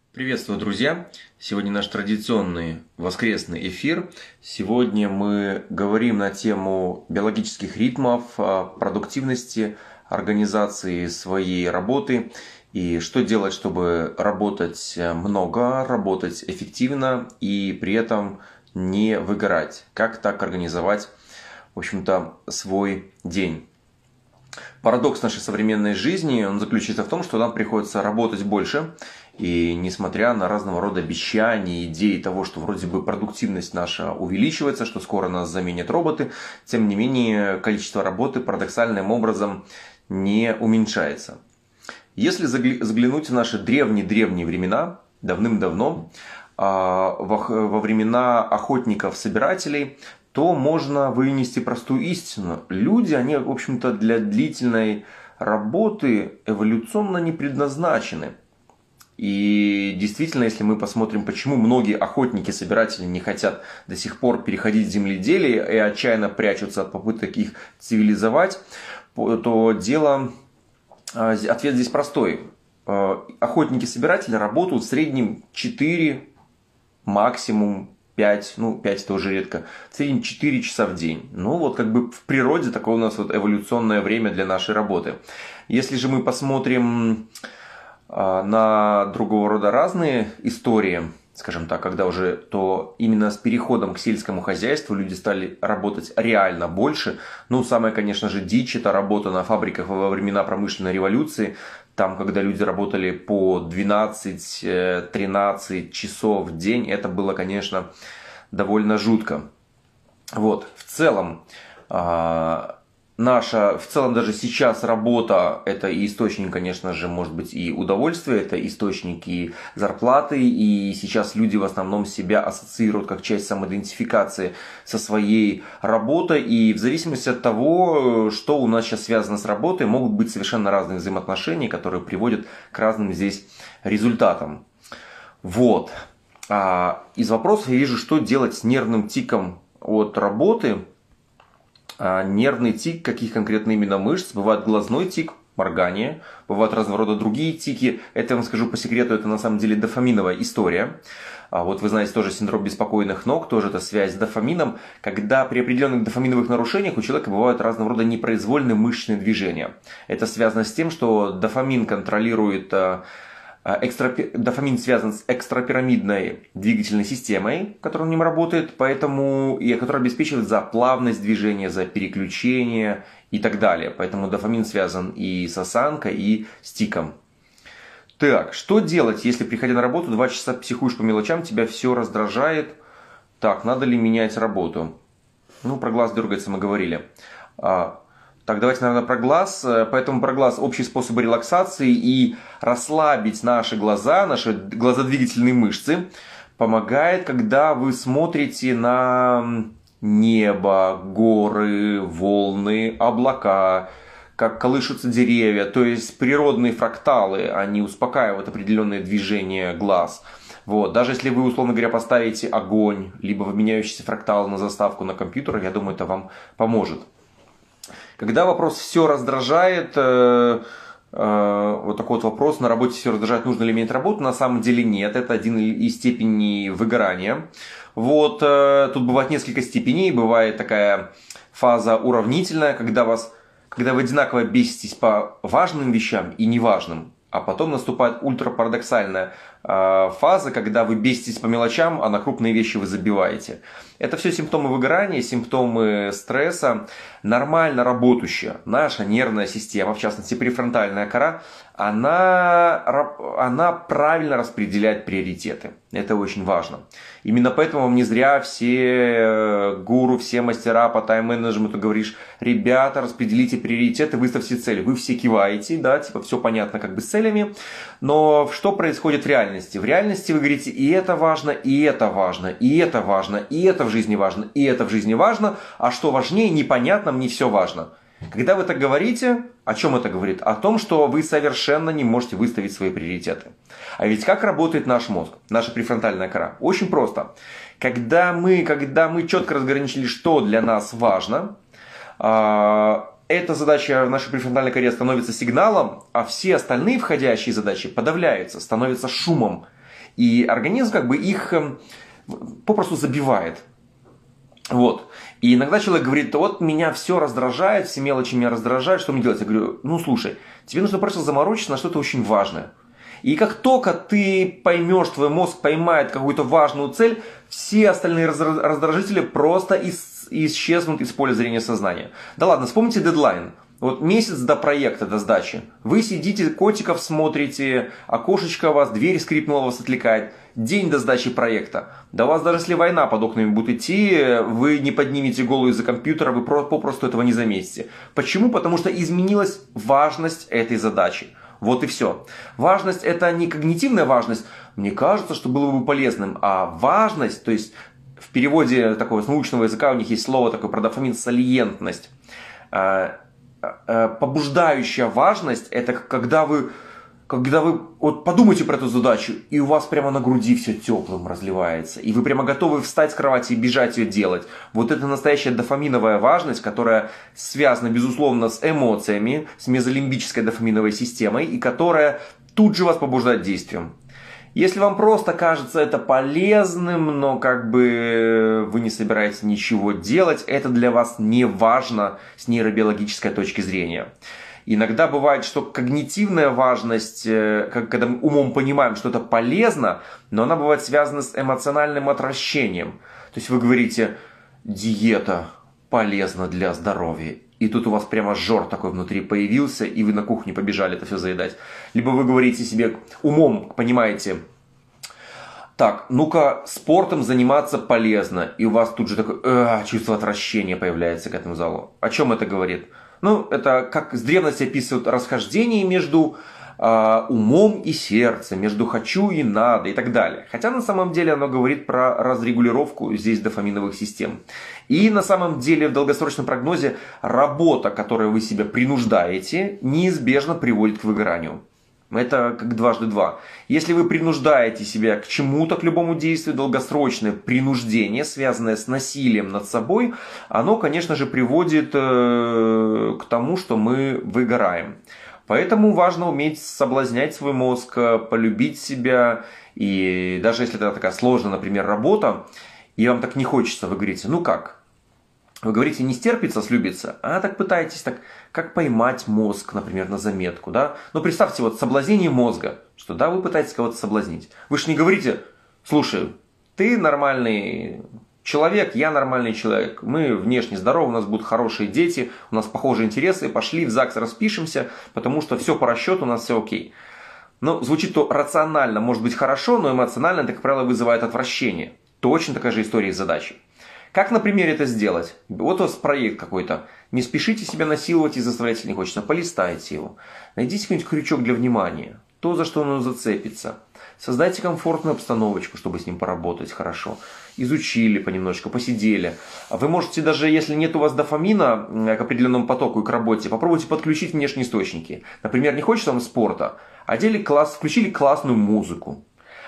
Приветствую, друзья! Сегодня наш традиционный воскресный эфир. Сегодня мы говорим на тему биологических ритмов, продуктивности, организации своей работы и что делать, чтобы работать много, работать эффективно и при этом не выгорать. Как так организовать, в общем-то, свой день. Парадокс нашей современной жизни, он заключается в том, что нам приходится работать больше. И несмотря на разного рода обещания, идеи того, что вроде бы продуктивность наша увеличивается, что скоро нас заменят роботы, тем не менее количество работы парадоксальным образом не уменьшается. Если заглянуть в наши древние времена, давным-давно, во времена охотников-собирателей, то можно вынести простую истину. Люди, они, в общем-то, для длительной работы эволюционно не предназначены. И действительно, если мы посмотрим, почему многие охотники-собиратели не хотят до сих пор переходить в земледелие и отчаянно прячутся от попыток их цивилизовать, то ответ здесь простой. Охотники-собиратели работают в среднем 4, максимум 5, 5 это уже редко, в среднем 4 часа в день. В природе такое у нас эволюционное время для нашей работы. Если же мы посмотрим на другого рода разные истории, скажем так, то именно с переходом к сельскому хозяйству люди стали работать реально больше. Самое, конечно же, дичь – это работа на фабриках во времена промышленной революции. Там, когда люди работали по 12-13 часов в день, это было, конечно, довольно жутко. В целом, даже сейчас работа – это и источник, конечно же, может быть, и удовольствия, это источник и зарплаты, и сейчас люди в основном себя ассоциируют как часть самоидентификации со своей работой, и в зависимости от того, что у нас сейчас связано с работой, могут быть совершенно разные взаимоотношения, которые приводят к разным здесь результатам. Из вопросов я вижу, что делать с нервным тиком от работы. Нервный тик, каких конкретно именно мышц, бывает глазной тик, моргание, бывают разного рода другие тики. Это, я вам скажу по секрету, это на самом деле дофаминовая история. Вы знаете тоже синдром беспокойных ног, тоже это связь с дофамином, когда при определенных дофаминовых нарушениях у человека бывают разного рода непроизвольные мышечные движения. Это связано с тем, что дофамин контролирует дофамин связан с экстрапирамидной двигательной системой, которая в нем работает, которая обеспечивает за плавность движения, за переключение и так далее. Поэтому дофамин связан и с осанкой, и с тиком. Так, что делать, если, приходя на работу, 2 часа психуешь по мелочам, тебя все раздражает? Так, надо ли менять работу? Про глаз дергается мы говорили. Так, давайте, наверное, про глаз. Поэтому про глаз общие способы релаксации и расслабить наши глаза, наши глазодвигательные мышцы помогает, когда вы смотрите на небо, горы, волны, облака, как колышутся деревья, то есть природные фракталы, они успокаивают определенные движения глаз. Даже если вы, условно говоря, поставите огонь, либо меняющийся фрактал на заставку на компьютер, я думаю, это вам поможет. Когда вопрос все раздражает, такой вопрос, на работе все раздражает, нужно ли менять работу, на самом деле нет, это один из степеней выгорания. Тут бывает несколько степеней, бывает такая фаза уравнительная, когда вы одинаково беситесь по важным вещам и неважным, а потом наступает ультрапарадоксальная фаза, когда вы беситесь по мелочам, а на крупные вещи вы забиваете. Это все симптомы выгорания, симптомы стресса. Нормально работающая наша нервная система, в частности префронтальная кора, она правильно распределяет приоритеты. Это очень важно. Именно поэтому вам не зря все гуру, все мастера по тайм-менеджменту говоришь: ребята, распределите приоритеты, выставьте цели. Вы все киваете, все понятно с целями. Но что происходит в реальности? В реальности вы говорите: и это важно, и это важно, и это важно, и это в жизни важно, и это в жизни важно, а что важнее, непонятно, мне все важно. Когда вы так говорите, о чем это говорит? О том, что вы совершенно не можете выставить свои приоритеты. А ведь как работает наш мозг, наша префронтальная кора? Очень просто. Когда мы четко разграничили, что для нас важно, эта задача в нашей префронтальной коре становится сигналом, а все остальные входящие задачи подавляются, становятся шумом. И организм как бы их попросту забивает. Вот. И иногда человек говорит: вот меня все раздражает, все мелочи меня раздражают, что мне делать? Я говорю: ну слушай, тебе нужно просто заморочиться на что-то очень важное. И как только ты поймешь, твой мозг поймает какую-то важную цель, все остальные раздражители просто исчезнут из поля зрения сознания. Да ладно, вспомните дедлайн. Вот месяц до проекта, до сдачи. Вы сидите, котиков смотрите, окошечко у вас, дверь скрипнула, вас отвлекает. День до сдачи проекта. Да у вас даже если война под окнами будет идти, вы не поднимете голову из-за компьютера, вы попросту этого не заметите. Почему? Потому что изменилась важность этой задачи. Вот и все. Важность — это не когнитивная важность. Мне кажется, что было бы полезным. А важность, то есть в переводе такого с научного языка у них есть слово такое про дофамин — салиентность. Побуждающая важность — это когда вы вот подумайте про эту задачу, и у вас прямо на груди все теплым разливается, и вы прямо готовы встать с кровати и бежать ее делать. Вот это настоящая дофаминовая важность, которая связана, безусловно, с эмоциями, с мезолимбической дофаминовой системой, и которая тут же вас побуждает к действиям. Если вам просто кажется это полезным, но как бы вы не собираетесь ничего делать, это для вас не важно с нейробиологической точки зрения. Иногда бывает, что когнитивная важность, когда мы умом понимаем, что это полезно, но она бывает связана с эмоциональным отвращением. То есть вы говорите: диета полезна для здоровья. И тут у вас прямо жор такой внутри появился, и вы на кухне побежали это все заедать. Либо вы говорите себе умом, понимаете: так, ну-ка, спортом заниматься полезно. И у вас тут же такое чувство отвращения появляется к этому залу. О чем это говорит? Ну, это как с древности описывают расхождение между умом и сердцем, между хочу и надо и так далее. Хотя на самом деле оно говорит про разрегулировку здесь дофаминовых систем. И на самом деле в долгосрочном прогнозе работа, которой вы себя принуждаете, неизбежно приводит к выгоранию. Это как дважды два. Если вы принуждаете себя к чему-то, к любому действию, долгосрочное принуждение, связанное с насилием над собой, оно, конечно же, приводит к тому, что мы выгораем. Поэтому важно уметь соблазнять свой мозг, полюбить себя. И даже если это такая сложная, например, работа, и вам так не хочется, вы говорите: ну как? Вы говорите, не стерпится, слюбится, а так пытаетесь, так, как поймать мозг, например, на заметку, да? Ну, представьте, вот соблазнение мозга, что, да, вы пытаетесь кого-то соблазнить. Вы же не говорите: слушай, ты нормальный человек, я нормальный человек, мы внешне здоровы, у нас будут хорошие дети, у нас похожие интересы, пошли в ЗАГС распишемся, потому что все по расчету, у нас все окей. Ну, звучит то рационально, может быть хорошо, но эмоционально это, как правило, вызывает отвращение. Точно такая же история с задачей. Как, например, это сделать? Вот у вас проект какой-то. Не спешите себя насиловать и заставлять, если не хочется. Полистайте его. Найдите какой-нибудь крючок для внимания. То, за что он зацепится. Создайте комфортную обстановочку, чтобы с ним поработать хорошо. Изучили понемножку, посидели. Вы можете даже, если нет у вас дофамина к определенному потоку и к работе, попробуйте подключить внешние источники. Например, не хочется вам спорта, включили классную музыку.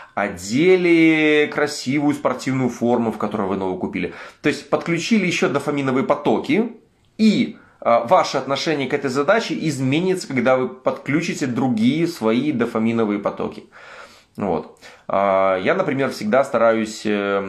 Одели красивую спортивную форму, в которую вы новую купили. То есть подключили еще дофаминовые потоки, и ваше отношение к этой задаче изменится, когда вы подключите другие свои дофаминовые потоки. Вот. Я, например, всегда стараюсь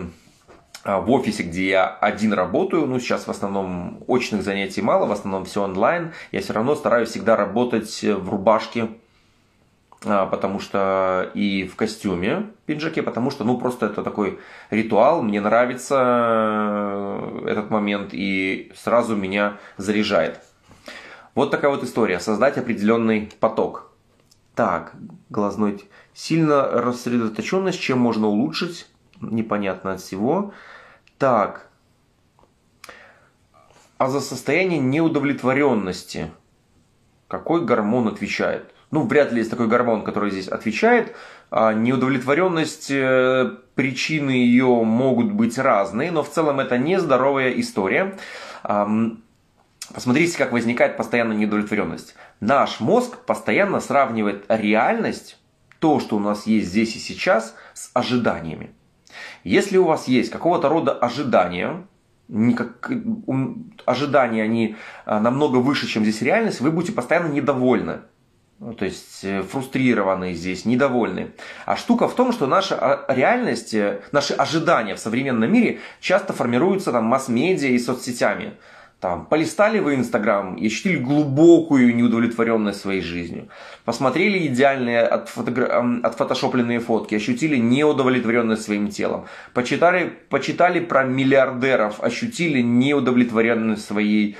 в офисе, где я один работаю, ну сейчас в основном очных занятий мало, в основном все онлайн, я все равно стараюсь всегда работать в рубашке, потому что и в костюме, пиджаке, потому что, ну, просто это такой ритуал, мне нравится этот момент и сразу меня заряжает. Вот такая вот история, создать определенный поток. Так, глазной, сильно рассредоточенность, чем можно улучшить, непонятно от всего. Так, а за состояние неудовлетворенности какой гормон отвечает? Ну, вряд ли есть такой гормон, который здесь отвечает. Неудовлетворенность, причины ее могут быть разные, но в целом это нездоровая история. Посмотрите, как возникает постоянная неудовлетворенность. Наш мозг постоянно сравнивает реальность, то, что у нас есть здесь и сейчас, с ожиданиями. Если у вас есть какого-то рода ожидания, ожидания они намного выше, чем здесь реальность, вы будете постоянно недовольны. то есть фрустрированные здесь, недовольны. А штука в том, что наша реальность, наши ожидания в современном мире часто формируются там масс-медиа и соцсетями. Там, полистали вы Инстаграм и ощутили глубокую неудовлетворенность своей жизнью. Посмотрели идеальные отфотошопленные фотки, ощутили неудовлетворенность своим телом. Почитали про миллиардеров, ощутили неудовлетворенность своей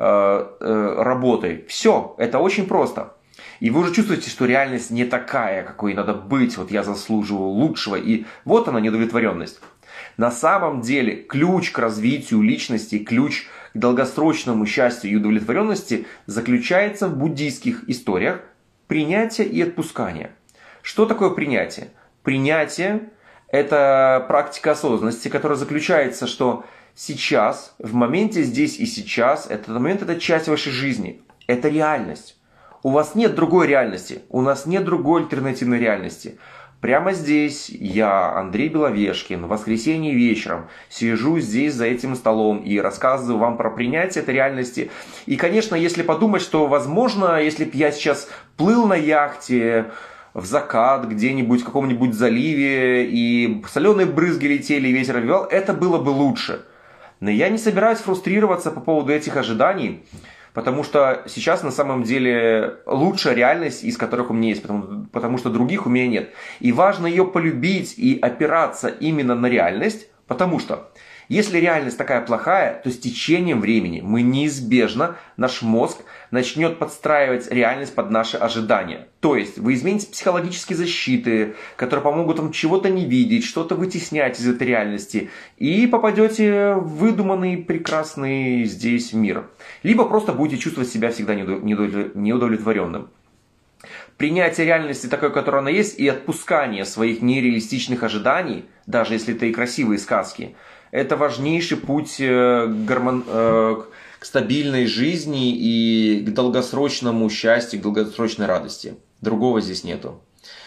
работой. Все, это очень просто. И вы уже чувствуете, что реальность не такая, какой надо быть. Вот я заслуживаю лучшего. И вот она, неудовлетворенность. На самом деле ключ к развитию личности, ключ к долгосрочному счастью и удовлетворенности заключается в буддийских историях принятия и отпускания. Что такое принятие? Принятие – это практика осознанности, которая заключается, что сейчас, в моменте здесь и сейчас, этот момент – это часть вашей жизни, это реальность. У вас нет другой реальности, у нас нет другой альтернативной реальности. Прямо здесь я, Андрей Беловешкин, в воскресенье вечером сижу здесь за этим столом и рассказываю вам про принятие этой реальности. И, конечно, если подумать, что, возможно, если бы я сейчас плыл на яхте в закат где-нибудь в каком-нибудь заливе, и соленые брызги летели, и ветер овевал, это было бы лучше. Но я не собираюсь фрустрироваться по поводу этих ожиданий, потому что сейчас на самом деле лучшая реальность, из которых у меня есть, потому что других у меня нет. И важно ее полюбить и опираться именно на реальность, потому что если реальность такая плохая, то с течением времени мы неизбежно, наш мозг начнет подстраивать реальность под наши ожидания. То есть вы измените психологические защиты, которые помогут вам чего-то не видеть, что-то вытеснять из этой реальности, и попадете в выдуманный прекрасный здесь мир. Либо просто будете чувствовать себя всегда неудовлетворенным. Принятие реальности такой, которая она есть, и отпускание своих нереалистичных ожиданий, даже если это и красивые сказки, это важнейший путь к стабильной жизни и к долгосрочному счастью, к долгосрочной радости. Другого здесь нету.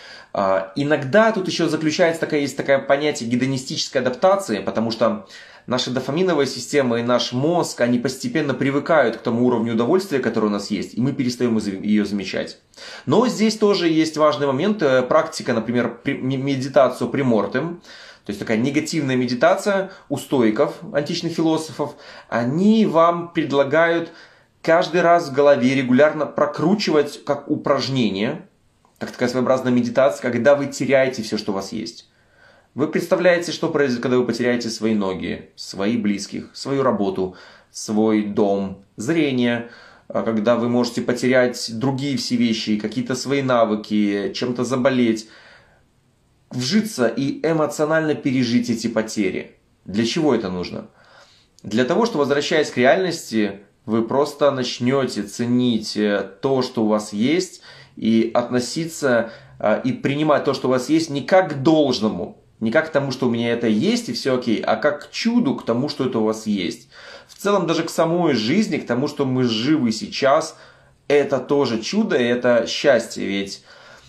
Иногда тут еще есть такое понятие гедонистической адаптации, потому что наша дофаминовая система и наш мозг, они постепенно привыкают к тому уровню удовольствия, который у нас есть, и мы перестаем ее замечать. Но здесь тоже есть важный момент. Практика, например, медитацию премортем, то есть такая негативная медитация у стоиков, античных философов, они вам предлагают каждый раз в голове регулярно прокручивать как упражнение, как такая своеобразная медитация, когда вы теряете все, что у вас есть. Вы представляете, что произойдет, когда вы потеряете свои ноги, своих близких, свою работу, свой дом, зрение, когда вы можете потерять другие все вещи, какие-то свои навыки, чем-то заболеть. Вжиться и эмоционально пережить эти потери. Для чего это нужно? Для того, что, возвращаясь к реальности, вы просто начнете ценить то, что у вас есть, и относиться и принимать то, что у вас есть, не как к должному, не как к тому, что у меня это есть и все окей, а как к чуду, к тому, что это у вас есть. В целом даже к самой жизни, к тому, что мы живы сейчас, это тоже чудо, и это счастье, ведь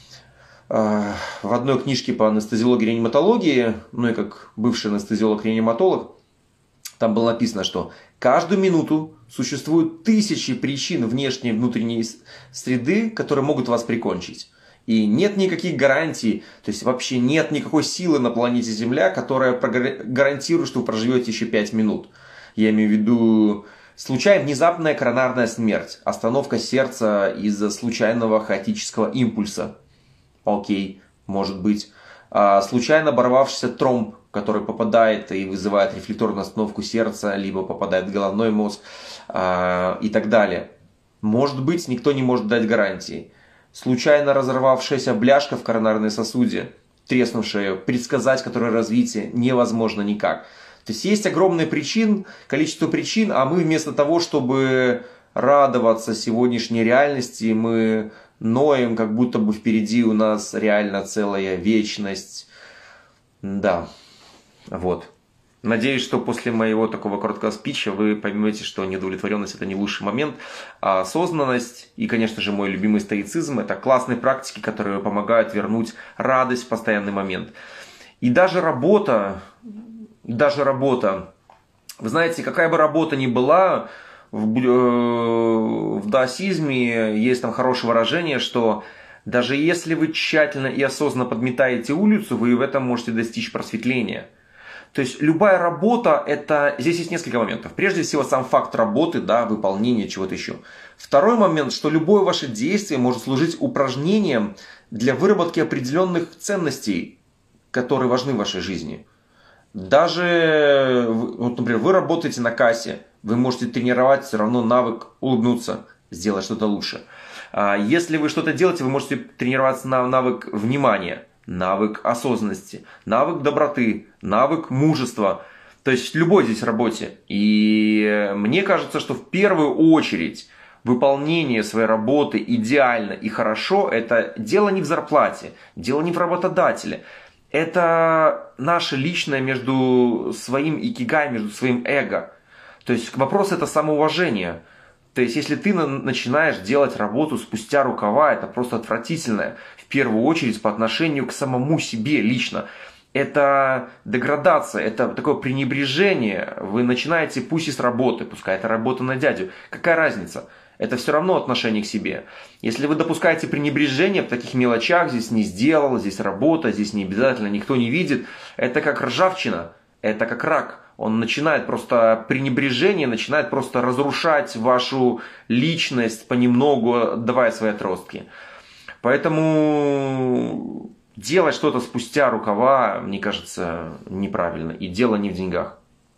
в одной книжке по анестезиологии и реаниматологии, ну и как бывший анестезиолог-реаниматолог, там было написано, что каждую минуту существуют тысячи причин внешней и внутренней среды, которые могут вас прикончить. И нет никаких гарантий, то есть вообще нет никакой силы на планете Земля, которая гарантирует, что вы проживете еще 5 минут. Я имею в виду внезапная коронарная смерть, остановка сердца из-за случайного хаотического импульса. Окей, может быть. Случайно оборвавшийся тромб, который попадает и вызывает рефлекторную остановку сердца, либо попадает в головной мозг и так далее. Может быть, никто не может дать гарантии. Случайно разорвавшаяся бляшка в коронарной сосуде, треснувшая, предсказать которое развитие невозможно никак. То есть огромное количество причин, а мы вместо того, чтобы радоваться сегодняшней реальности, мы ноем, как будто бы впереди у нас реально целая вечность. Да, вот. Надеюсь, что после моего такого короткого спича вы поймете, что неудовлетворенность – это не лучший момент, а осознанность и, конечно же, мой любимый стоицизм – это классные практики, которые помогают вернуть радость в постоянный момент. И даже работа, вы знаете, какая бы работа ни была, в даосизме есть там хорошее выражение, что Даже если вы тщательно и осознанно подметаете улицу, вы в этом можете достичь просветления. То есть любая работа, здесь есть несколько моментов. Прежде всего сам факт работы, да, выполнения чего-то еще. Второй момент, что любое ваше действие может служить упражнением для выработки определенных ценностей, которые важны в вашей жизни. Даже, вот, например, вы работаете на кассе, вы можете тренировать все равно навык улыбнуться, сделать что-то лучше. Если вы что-то делаете, вы можете тренироваться на навык внимания, навык осознанности, навык доброты, навык мужества. То есть в любой здесь работе. И мне кажется, что в первую очередь выполнение своей работы идеально и хорошо – это дело не в зарплате, дело не в работодателе. Это наше личное между своим икигай, между своим эго. То есть вопрос это самоуважение. То есть если ты начинаешь делать работу спустя рукава, это просто отвратительно. В первую очередь по отношению к самому себе лично. Это деградация, это такое пренебрежение. Вы начинаете пусть и с работы, пускай это работа на дядю. Какая разница? Это все равно отношение к себе. Если вы допускаете пренебрежение в таких мелочах, здесь не сделал, здесь работа, здесь не обязательно, никто не видит, это как ржавчина, это как рак. Он начинает просто, пренебрежение начинает просто разрушать вашу личность понемногу, давая свои отростки. Поэтому делать что-то спустя рукава, мне кажется, неправильно. И дело не в деньгах.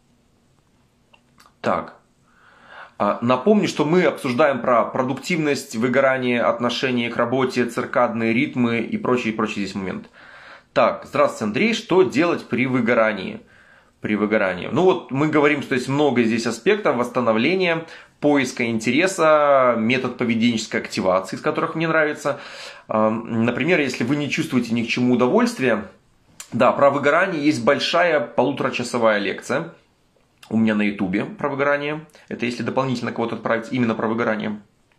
Так. Напомню, что мы обсуждаем про продуктивность, выгорание, отношение к работе, циркадные ритмы и прочие здесь моменты. Так, здравствуйте, Андрей. Что делать при выгорании? Ну вот мы говорим, что есть много здесь аспектов восстановления, поиска интереса, метод поведенческой активации, из которых мне нравится. Например, если вы не чувствуете ни к чему удовольствия, да, про выгорание есть большая полуторачасовая лекция у меня на ютубе про выгорание. Это если дополнительно кого-то отправить именно про выгорание.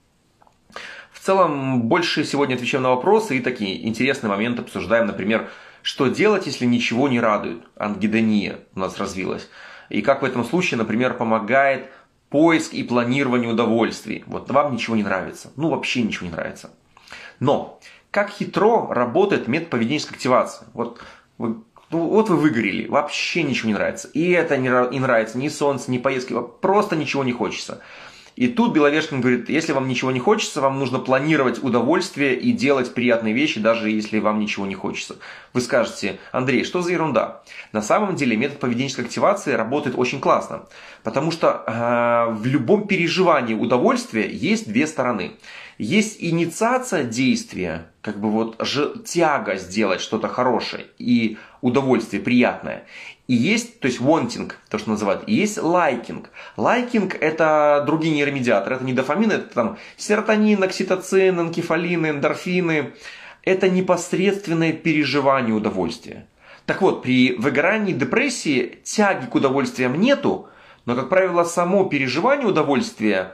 В целом, больше сегодня отвечаем на вопросы и такие интересные моменты обсуждаем, например, что делать, если ничего не радует? Ангидония у нас развилась. И как в этом случае, например, помогает поиск и планирование удовольствий. Вот вам ничего не нравится. Ну, вообще ничего не нравится. Но как хитро работает метод поведенческой активации. Вот вы выгорели, вообще ничего не нравится. И это не нравится, ни солнце, ни поездки, просто ничего не хочется. И тут Беловешкин говорит, если вам ничего не хочется, вам нужно планировать удовольствие и делать приятные вещи, даже если вам ничего не хочется. Вы скажете, Андрей, что за ерунда? На самом деле метод поведенческой активации работает очень классно, потому что в любом переживании удовольствия есть две стороны. Есть инициация действия, как бы вот тяга сделать что-то хорошее и удовольствие приятное. И есть, то есть wanting, то, что называют, и есть liking. Liking – это другие нейромедиаторы, это не дофамин, это там серотонин, окситоцин, энкефалины, эндорфины. Это непосредственное переживание удовольствия. Так вот, при выгорании, депрессии тяги к удовольствиям нету, но, как правило, само переживание удовольствия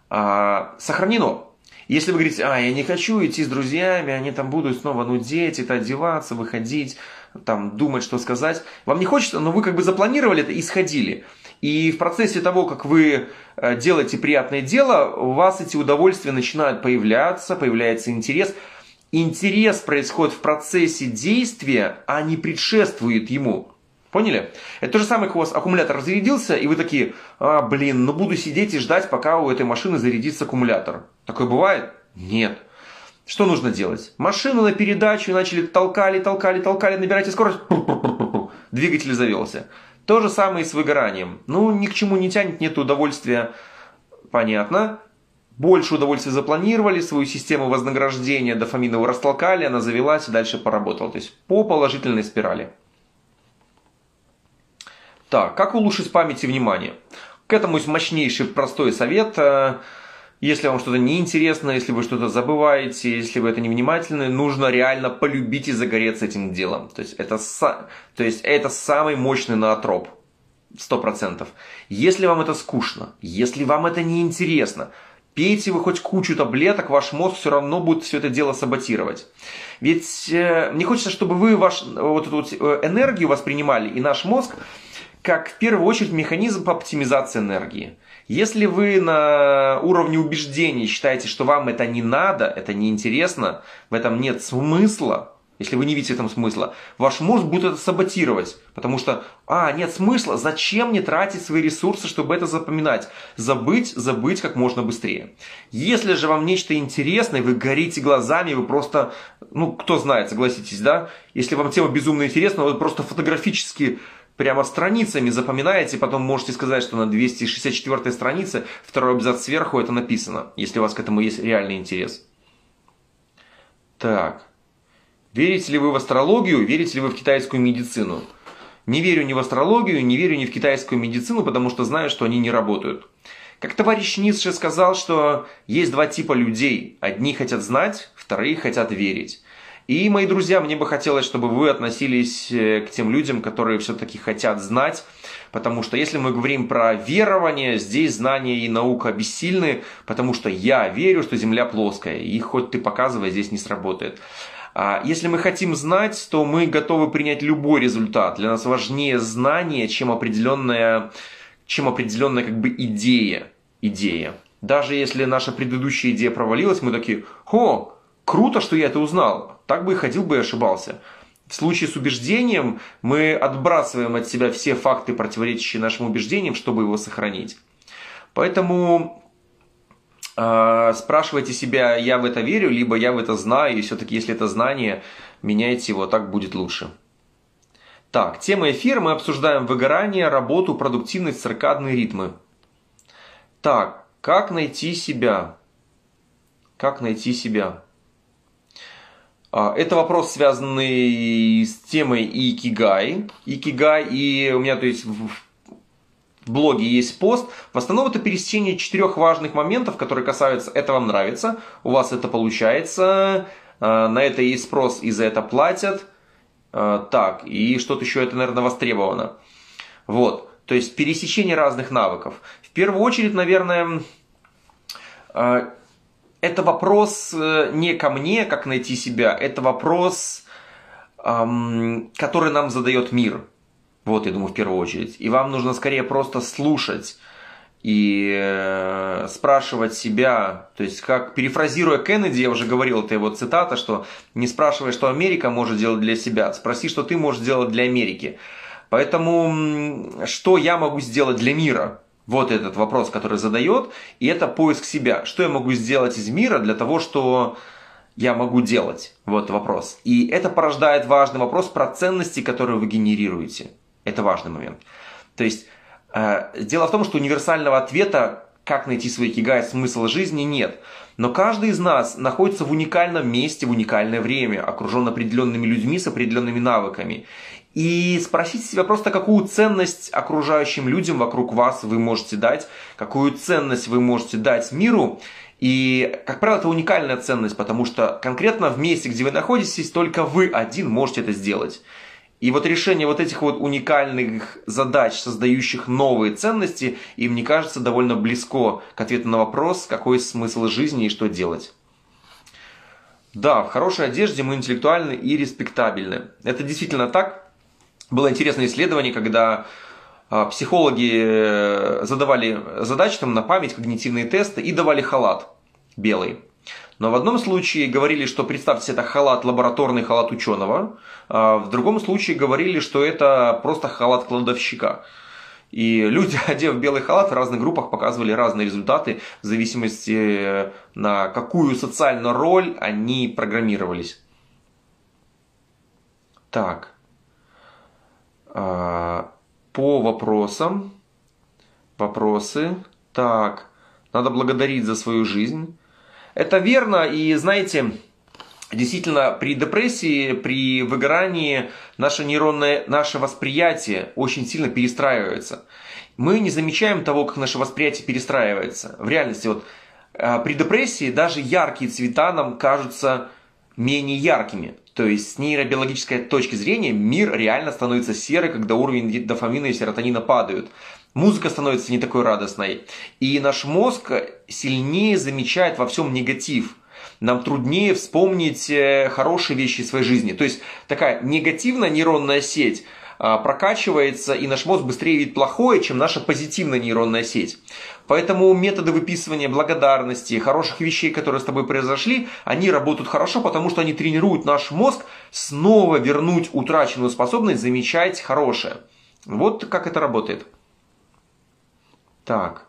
сохранено. Если вы говорите, я не хочу идти с друзьями, они там будут снова нудеть, это одеваться, выходить, там, думать, что сказать. Вам не хочется, но вы как бы запланировали это и сходили. И в процессе того, как вы делаете приятное дело, у вас эти удовольствия начинают появляться, появляется интерес. Интерес происходит в процессе действия, а не предшествует ему. Поняли? Это то же самое, как у вас аккумулятор разрядился, и вы такие, буду сидеть и ждать, пока у этой машины зарядится аккумулятор. Такое бывает? Нет. Что нужно делать? Машину на передачу начали толкали, набирайте скорость, двигатель завелся. То же самое и с выгоранием. Ни к чему не тянет, нет удовольствия. Понятно. Больше удовольствия запланировали, свою систему вознаграждения дофаминовую растолкали, она завелась и дальше поработала. То есть по положительной спирали. Так, как улучшить память и внимание? К этому есть мощнейший простой совет. Если вам что-то неинтересно, если вы что-то забываете, если вы это невнимательны, нужно реально полюбить и загореться этим делом. То есть это самый мощный ноотроп. 100%. Если вам это скучно, если вам это неинтересно, пейте вы хоть кучу таблеток, ваш мозг все равно будет все это дело саботировать. Ведь мне хочется, чтобы вы эту энергию воспринимали, и наш мозг, как в первую очередь механизм по оптимизации энергии. Если вы на уровне убеждений считаете, что вам это не надо, это неинтересно, в этом нет смысла, если вы не видите в этом смысла, ваш мозг будет это саботировать. Потому что, нет смысла, зачем мне тратить свои ресурсы, чтобы это запоминать? Забыть как можно быстрее. Если же вам нечто интересное, вы горите глазами, вы просто, кто знает, согласитесь, да? Если вам тема безумно интересна, вы просто фотографически прямо страницами запоминаете, потом можете сказать, что на 264 странице второй абзац сверху это написано, если у вас к этому есть реальный интерес. Так. Верите ли вы в астрологию, верите ли вы в китайскую медицину? Не верю ни в астрологию, не верю ни в китайскую медицину, потому что знаю, что они не работают. Как товарищ Ницше сказал, что есть два типа людей. Одни хотят знать, вторые хотят верить. И, мои друзья, мне бы хотелось, чтобы вы относились к тем людям, которые все-таки хотят знать, потому что если мы говорим про верование, здесь знания и наука бессильны, потому что я верю, что Земля плоская, и хоть ты показывай, здесь не сработает. Если мы хотим знать, то мы готовы принять любой результат. Для нас важнее знание, чем определенная идея. Даже если наша предыдущая идея провалилась, мы такие: круто, что я это узнал. Так бы и ходил бы и ошибался. В случае с убеждением мы отбрасываем от себя все факты, противоречащие нашим убеждениям, чтобы его сохранить. Поэтому спрашивайте себя: я в это верю, либо я в это знаю, и все-таки, если это знание, меняйте его, так будет лучше. Так, тема эфира: мы обсуждаем выгорание, работу, продуктивность, циркадные ритмы. Так, как найти себя? Как найти себя? Это вопрос, связанный с темой икигай. И у меня, в блоге есть пост. В основном это пересечение 4 важных моментов, которые касаются «это вам нравится», «у вас это получается», «на это есть спрос и за это платят», так, и что-то еще это, наверное, востребовано. Вот, то есть пересечение разных навыков. В первую очередь, наверное, это вопрос не ко мне, как найти себя, это вопрос, который нам задает мир. Вот, я думаю, в первую очередь. И вам нужно скорее просто слушать и спрашивать себя, то есть, как перефразируя Кеннеди, я уже говорил, это его цитата, что не спрашивай, что Америка может делать для себя, спроси, что ты можешь сделать для Америки. Поэтому, что я могу сделать для мира? Вот этот вопрос, который задает, и это поиск себя. Что я могу сделать из мира для того, что я могу делать? Вот вопрос. И это порождает важный вопрос про ценности, которые вы генерируете. Это важный момент. То есть, дело в том, что универсального ответа, как найти свой икигай, смысл жизни, нет. Но каждый из нас находится в уникальном месте, в уникальное время, окружен определенными людьми с определенными навыками. И спросите себя просто, какую ценность окружающим людям вокруг вас вы можете дать, какую ценность вы можете дать миру. И, как правило, это уникальная ценность, потому что конкретно в месте, где вы находитесь, только вы один можете это сделать. И вот решение вот этих вот уникальных задач, создающих новые ценности, им, мне кажется, довольно близко к ответу на вопрос, какой смысл жизни и что делать. Да, в хорошей одежде мы интеллектуальны и респектабельны. Это действительно так. Было интересное исследование, когда психологи задавали задачи там, на память, когнитивные тесты и давали халат белый. Но в одном случае говорили, что представьте себе, это халат лабораторный, халат ученого. А в другом случае говорили, что это просто халат кладовщика. И люди, одев белый халат, в разных группах показывали разные результаты в зависимости на какую социальную роль они программировались. Так. По вопросам. Вопросы. Так. Надо благодарить за свою жизнь. Это верно, и знаете, действительно, при депрессии, при выгорании наше восприятие очень сильно перестраивается. Мы не замечаем того, как наше восприятие перестраивается. В реальности, вот, при депрессии даже яркие цвета нам кажутся менее яркими. То есть с нейробиологической точки зрения мир реально становится серый, когда уровень дофамина и серотонина падают. Музыка становится не такой радостной. И наш мозг сильнее замечает во всем негатив. Нам труднее вспомнить хорошие вещи в своей жизни. То есть такая негативная нейронная сеть прокачивается, и наш мозг быстрее видит плохое, чем наша позитивная нейронная сеть. Поэтому методы выписывания благодарности, хороших вещей, которые с тобой произошли, они работают хорошо, потому что они тренируют наш мозг снова вернуть утраченную способность замечать хорошее. Вот как это работает. Так.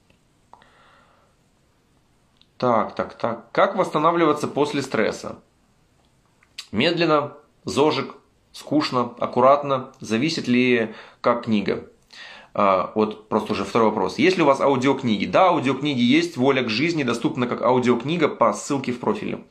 Как восстанавливаться после стресса? Медленно, зожиг, скучно, аккуратно. Зависит ли как книга? Вот просто уже второй вопрос. Есть ли у вас аудиокниги? Да, аудиокниги есть. «Воля к жизни» доступна как аудиокнига по ссылке в профиле.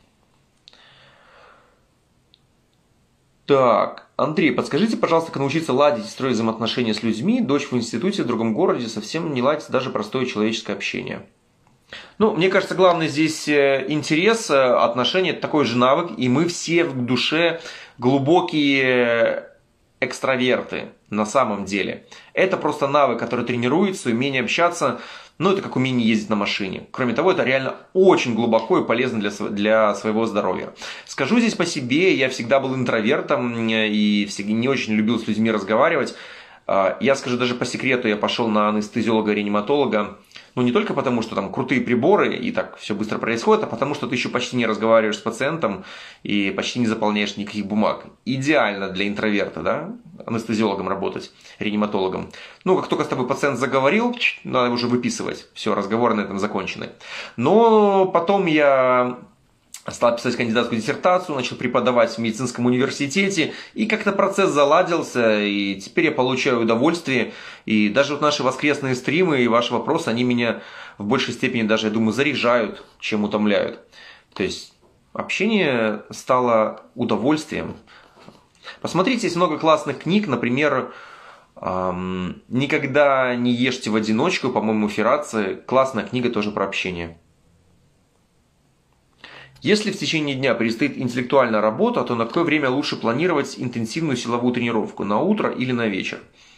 Так, Андрей, подскажите, пожалуйста, как научиться ладить и строить взаимоотношения с людьми? Дочь в институте в другом городе, совсем не ладится даже простое человеческое общение. Ну, мне кажется, главное здесь интерес, отношения – это такой же навык, и мы все в душе глубокие экстраверты на самом деле. Это просто навык, который тренируется, умение общаться, ну, это как умение ездить на машине. Кроме того, это реально очень глубоко и полезно для своего здоровья. Скажу здесь по себе, я всегда был интровертом и всегда не очень любил с людьми разговаривать. Я скажу даже по секрету, я пошел на анестезиолога-реаниматолога, ну не только потому, что там крутые приборы и так все быстро происходит, а потому что ты еще почти не разговариваешь с пациентом и почти не заполняешь никаких бумаг. Идеально для интроверта, да, анестезиологом работать, реаниматологом. Ну, как только с тобой пациент заговорил, надо уже выписывать, все, разговоры на этом закончены. Но потом я стал писать кандидатскую диссертацию, начал преподавать в медицинском университете, и как-то процесс заладился, и теперь я получаю удовольствие. И даже вот наши воскресные стримы и ваши вопросы, они меня в большей степени даже, я думаю, заряжают, чем утомляют. То есть общение стало удовольствием. Посмотрите, есть много классных книг, например, «Никогда не ешьте в одиночку», по-моему, Ферраци, классная книга тоже про общение. Если в течение дня предстоит интеллектуальная работа, то на какое время лучше планировать интенсивную силовую тренировку? На утро или на вечер?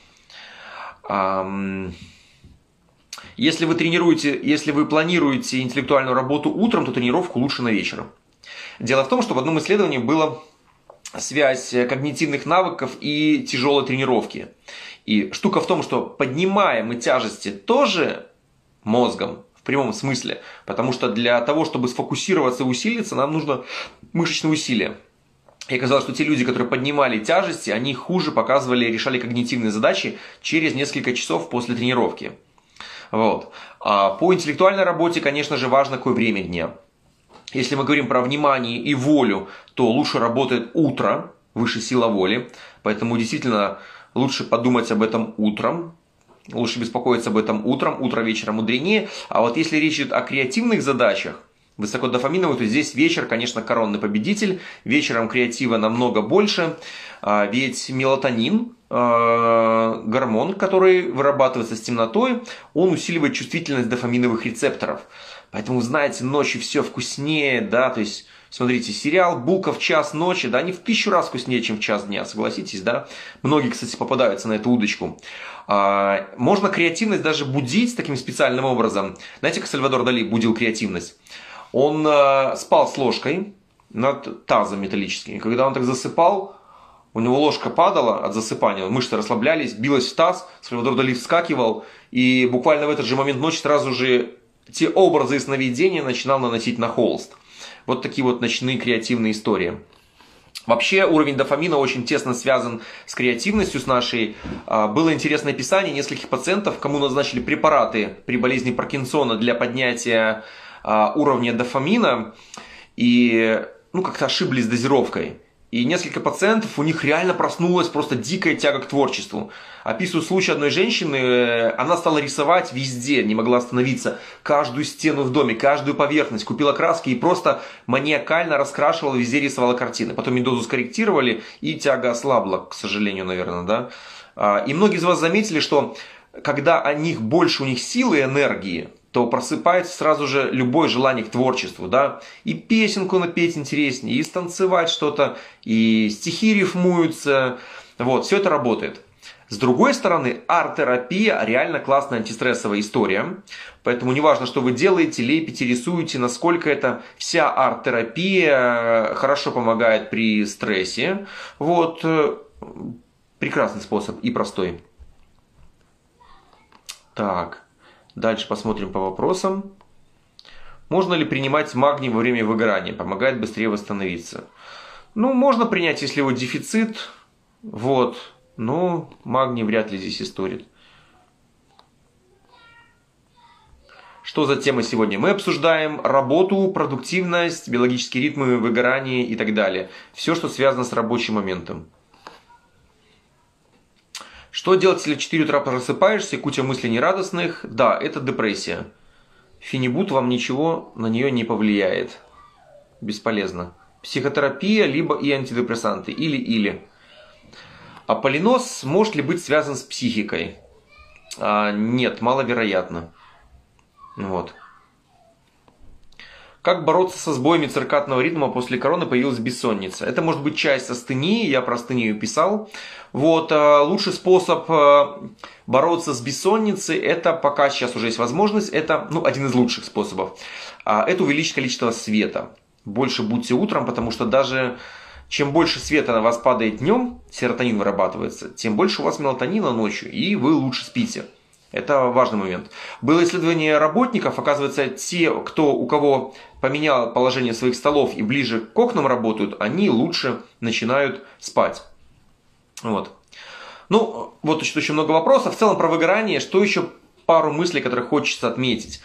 Если вы планируете интеллектуальную работу утром, то тренировку лучше на вечер. Дело в том, что в одном исследовании была связь когнитивных навыков и тяжелой тренировки. И штука в том, что поднимаем мы тяжести тоже мозгом, в прямом смысле, потому что для того, чтобы сфокусироваться и усилиться, нам нужно мышечное усилие. И оказалось, что те люди, которые поднимали тяжести, они хуже решали когнитивные задачи через несколько часов после тренировки. Вот. А по интеллектуальной работе, конечно же, важно какое время дня. Если мы говорим про внимание и волю, то лучше работает утро, выше сила воли, поэтому действительно лучше подумать об этом утром. Лучше беспокоиться об этом утром, утро вечера мудренее. А вот если речь идет о креативных задачах, высокодофаминовых, то здесь вечер, конечно, коронный победитель. Вечером креатива намного больше, ведь мелатонин, гормон, который вырабатывается с темнотой, он усиливает чувствительность дофаминовых рецепторов. Поэтому, знаете, ночью все вкуснее, да, то есть... Смотрите, сериал «Булка в час ночи», да, не в 1000 раз вкуснее, чем в час дня, согласитесь, да? Многие, кстати, попадаются на эту удочку. Можно креативность даже будить таким специальным образом. Знаете, как Сальвадор Дали будил креативность? Он спал с ложкой над тазом металлическим. И когда он так засыпал, у него ложка падала от засыпания, мышцы расслаблялись, билась в таз, Сальвадор Дали вскакивал, и буквально в этот же момент ночи сразу же те образы и сновидения начинал наносить на холст. Вот такие вот ночные креативные истории. Вообще уровень дофамина очень тесно связан с креативностью с нашей. Было интересное описание нескольких пациентов, кому назначили препараты при болезни Паркинсона для поднятия уровня дофамина. И как-то ошиблись с дозировкой. И несколько пациентов, у них реально проснулась просто дикая тяга к творчеству. Описываю случай одной женщины, она стала рисовать везде, не могла остановиться. Каждую стену в доме, каждую поверхность, купила краски и просто маниакально раскрашивала, везде рисовала картины. Потом ей дозу скорректировали, и тяга ослабла, к сожалению, наверное, да. И многие из вас заметили, что когда у них больше силы и энергии, то просыпается сразу же любое желание к творчеству, да, и песенку напеть интереснее, и станцевать что-то, и стихи рифмуются, вот, все это работает. С другой стороны, арт-терапия реально классная антистрессовая история, поэтому неважно, что вы делаете, лепите, рисуете, насколько эта вся арт-терапия хорошо помогает при стрессе, вот. Прекрасный способ и простой. Так, дальше посмотрим по вопросам. Можно ли принимать магний во время выгорания? Помогает быстрее восстановиться. Ну, можно принять, если его дефицит. Вот. Но магний вряд ли здесь историт. Что за тема сегодня? Мы обсуждаем работу, продуктивность, биологические ритмы, выгорание и так далее. Все, что связано с рабочим моментом. Что делать, если в 4 утра просыпаешься, куча мыслей нерадостных? Да, это депрессия. Фенибут вам ничего на нее не повлияет. Бесполезно. Психотерапия, либо и антидепрессанты. Или. А полинос может ли быть связан с психикой? Нет, маловероятно. Вот. Как бороться со сбоями циркадного ритма после короны? Появилась бессонница. Это может быть часть астении, я про астению писал. Вот, лучший способ бороться с бессонницей, это пока сейчас уже есть возможность, это один из лучших способов. Это увеличить количество света. Больше будьте утром, потому что даже чем больше света на вас падает днем, серотонин вырабатывается, тем больше у вас мелатонина ночью, и вы лучше спите. Это важный момент. Было исследование работников, оказывается, у кого поменял положение своих столов и ближе к окнам работают, они лучше начинают спать. Вот. Ну, вот очень много вопросов. В целом про выгорание, что еще пару мыслей, которые хочется отметить.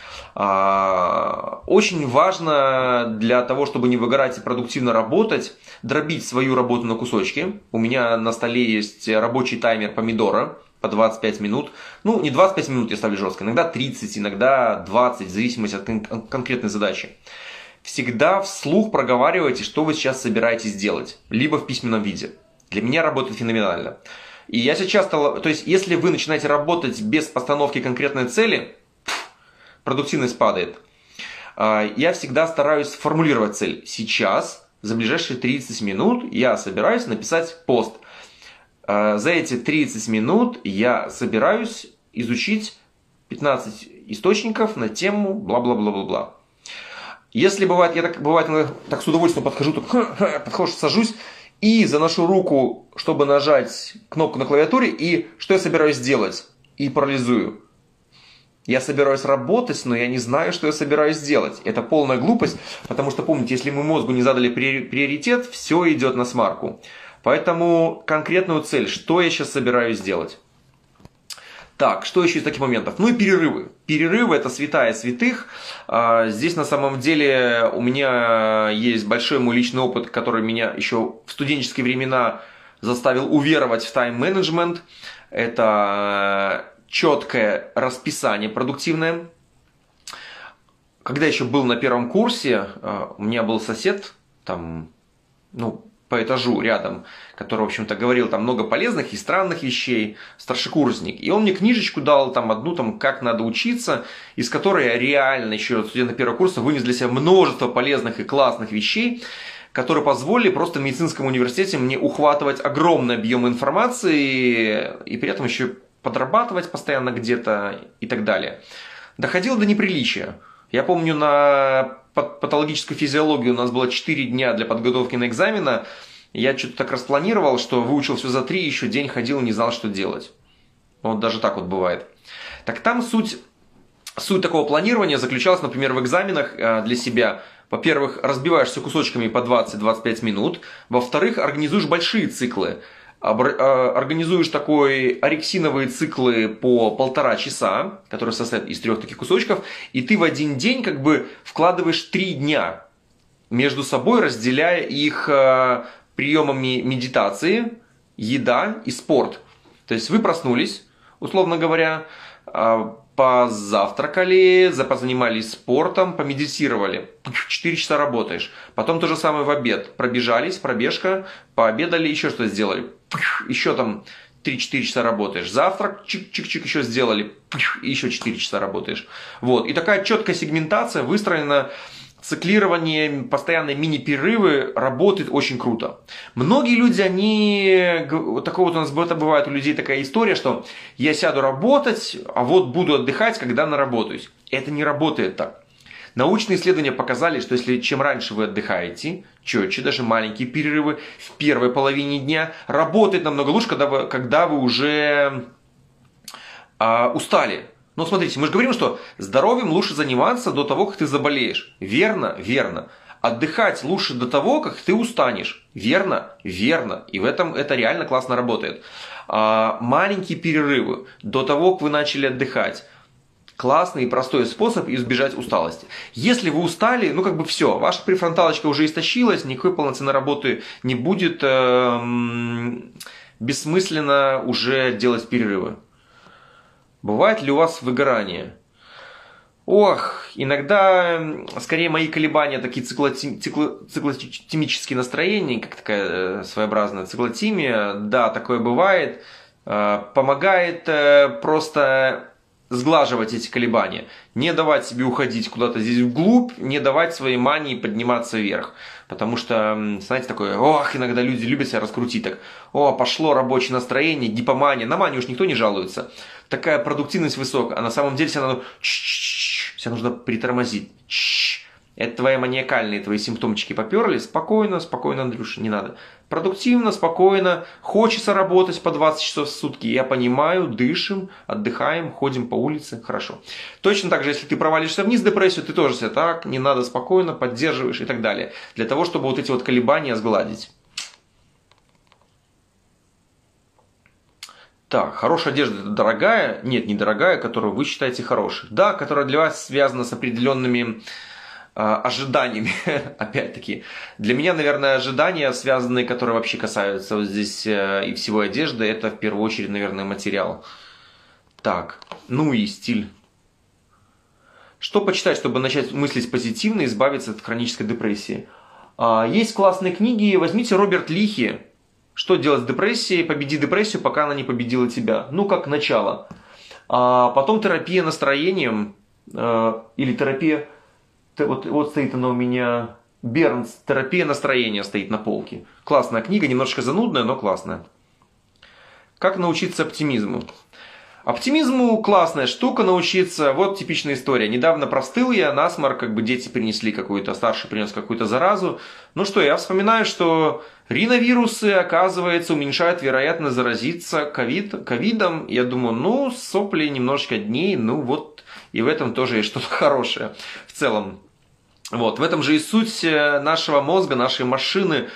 Очень важно для того, чтобы не выгорать и продуктивно работать, дробить свою работу на кусочки. У меня на столе есть рабочий таймер помидора. По 25 минут. Ну, не 25 минут я ставлю жестко. Иногда 30, иногда 20, в зависимости от конкретной задачи. Всегда вслух проговаривайте, что вы сейчас собираетесь делать. Либо в письменном виде. Для меня работает феноменально. И я сейчас стал... То есть, если вы начинаете работать без постановки конкретной цели, продуктивность падает. Я всегда стараюсь сформулировать цель. Сейчас, за ближайшие 30 минут, я собираюсь написать пост. За эти 30 минут я собираюсь изучить 15 источников на тему бла-бла-бла-бла-бла. Если бывает, я так с удовольствием подхожу, сажусь и заношу руку, чтобы нажать кнопку на клавиатуре, и что я собираюсь делать? И парализую. Я собираюсь работать, но я не знаю, что я собираюсь делать. Это полная глупость, потому что, помните, если мы мозгу не задали приоритет, все идет на смарку. Поэтому конкретную цель, что я сейчас собираюсь делать. Так, что еще из таких моментов? Ну и перерывы. Перерывы – это святая святых. Здесь на самом деле у меня есть большой мой личный опыт, который меня еще в студенческие времена заставил уверовать в тайм-менеджмент. Это четкое расписание продуктивное. Когда я еще был на первом курсе, у меня был сосед, там, по этажу рядом, который, в общем-то, говорил там много полезных и странных вещей, старшекурсник. И он мне книжечку дал, там одну, там, как надо учиться, из которой я реально еще студент первого курса вынес для себя множество полезных и классных вещей, которые позволили просто в медицинском университете мне ухватывать огромный объем информации и при этом еще подрабатывать постоянно где-то и так далее. Доходило до неприличия. Я помню, на патологическую физиологию у нас было 4 дня для подготовки на экзамена. Я что-то так распланировал, что выучил все за 3, еще день ходил и не знал, что делать. Вот даже так вот бывает. Так там суть такого планирования заключалась, например, в экзаменах для себя. Во-первых, разбиваешься кусочками по 20-25 минут. Во-вторых, организуешь большие циклы. Организуешь такой орексиновые циклы по 1,5 часа, которые состоят из 3 таких кусочков, и ты в один день как бы вкладываешь 3 дня между собой, разделяя их приемами медитации, еда и спорт. То есть вы проснулись, условно говоря, позавтракали, позанимались спортом, помедитировали. 4 часа работаешь. Потом то же самое в обед. Пробежались, пробежка, пообедали, еще что сделали. Еще там 3-4 часа работаешь. Завтрак, чик-чик-чик, еще сделали. И еще 4 часа работаешь. Вот. И такая четкая сегментация выстроена. Циклирование, постоянные мини-перерывы работает очень круто. Многие люди, такое вот у нас бывает у людей такая история, что я сяду работать, а вот буду отдыхать, когда наработаюсь. Это не работает так. Научные исследования показали, что если чем раньше вы отдыхаете, четче, даже маленькие перерывы в первой половине дня, работает намного лучше, когда вы уже устали. Но смотрите, мы же говорим, что здоровьем лучше заниматься до того, как ты заболеешь. Верно? Верно. Отдыхать лучше до того, как ты устанешь. Верно? Верно. И в этом это реально классно работает. Маленькие перерывы до того, как вы начали отдыхать. Классный и простой способ избежать усталости. Если вы устали, ну как бы все, ваша префронталочка уже истощилась, никакой полноценной работы не будет, бессмысленно уже делать перерывы. Бывает ли у вас выгорание? Ох, иногда, скорее, мои колебания, такие циклотимические настроения, как такая своеобразная циклотимия, да, такое бывает, помогает просто сглаживать эти колебания, не давать себе уходить куда-то здесь вглубь, не давать своей мании подниматься вверх. Потому что, знаете, такое, ох, иногда люди любят себя раскрутить так, о, пошло рабочее настроение, гипомания, на манию уж никто не жалуется. Такая продуктивность высокая, а на самом деле себя нужно притормозить. Это твои маниакальные, твои симптомчики поперли, спокойно, спокойно, Андрюша, не надо. Продуктивно, спокойно, хочется работать по 20 часов в сутки, я понимаю, дышим, отдыхаем, ходим по улице, хорошо. Точно так же, если ты провалишься вниз в депрессию, ты тоже себя так, не надо, спокойно, поддерживаешь и так далее. Для того, чтобы вот эти вот колебания сгладить. Так, хорошая одежда это дорогая? Нет, не дорогая, которую вы считаете хорошей. Да, которая для вас связана с определенными ожиданиями, опять-таки. Для меня, наверное, ожидания, связанные, которые вообще касаются вот здесь и всего одежды, это в первую очередь, наверное, материал. Так, ну и стиль. Что почитать, чтобы начать мыслить позитивно и избавиться от хронической депрессии? Есть классные книги, возьмите Роберт Лихи. Что делать с депрессией? Победи депрессию, пока она не победила тебя. Ну, как начало. Потом терапия настроением или терапия... Вот стоит она у меня, Бернс, терапия настроения стоит на полке. Классная книга, немножко занудная, но классная. Как научиться оптимизму? Оптимизму классная штука научиться. Вот типичная история. Недавно простыл я, насморк, как бы дети принесли какую-то, старший принес какую-то заразу. Ну что, я вспоминаю, что риновирусы, оказывается, уменьшают вероятность заразиться ковидом. Я думаю, ну, сопли немножечко дней, ну вот, и в этом тоже есть что-то хорошее в целом. Вот, в этом же и суть нашего мозга, нашей машины,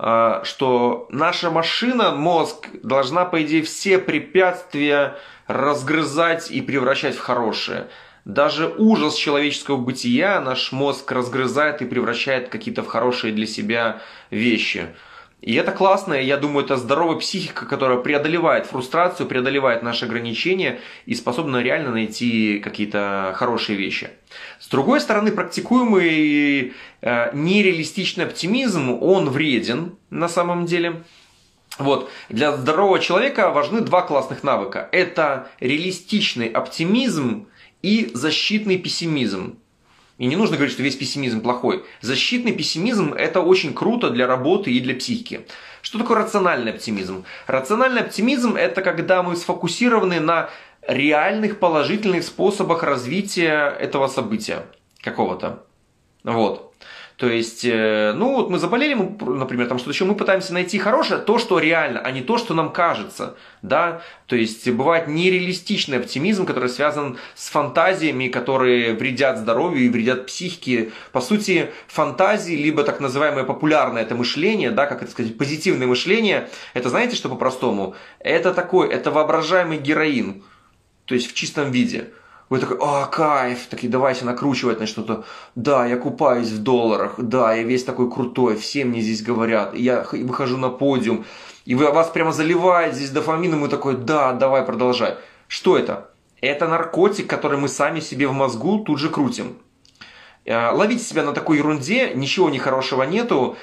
что наша машина, мозг, должна, по идее, все препятствия разгрызать и превращать в хорошее. Даже ужас человеческого бытия наш мозг разгрызает и превращает какие-то в хорошие для себя вещи. И это классно, я думаю, это здоровая психика, которая преодолевает фрустрацию, преодолевает наши ограничения и способна реально найти какие-то хорошие вещи. С другой стороны, практикуемый нереалистичный оптимизм, он вреден на самом деле. Вот. Для здорового человека важны два классных навыка. Это реалистичный оптимизм и защитный пессимизм. И не нужно говорить, что весь пессимизм плохой. Защитный пессимизм – это очень круто для работы и для психики. Что такое рациональный оптимизм? Рациональный оптимизм – это когда мы сфокусированы на реальных положительных способах развития этого события какого-то. Вот. То есть, ну вот мы заболели, например, там что-то еще, мы пытаемся найти хорошее, то, что реально, а не то, что нам кажется, да, то есть бывает нереалистичный оптимизм, который связан с фантазиями, которые вредят здоровью и вредят психике. По сути, фантазии, либо так называемое популярное это мышление, да, как это сказать, позитивное мышление, это знаете, что по-простому? Это воображаемый героин, то есть в чистом виде. Вы такой, кайф, такие, давайте накручивать на что-то. Да, я купаюсь в долларах, да, я весь такой крутой, все мне здесь говорят. Я выхожу на подиум, и вас прямо заливает здесь дофамином, и такой, да, давай, продолжай. Что это? Это наркотик, который мы сами себе в мозгу тут же крутим. Ловите себя на такой ерунде, ничего нехорошего нету.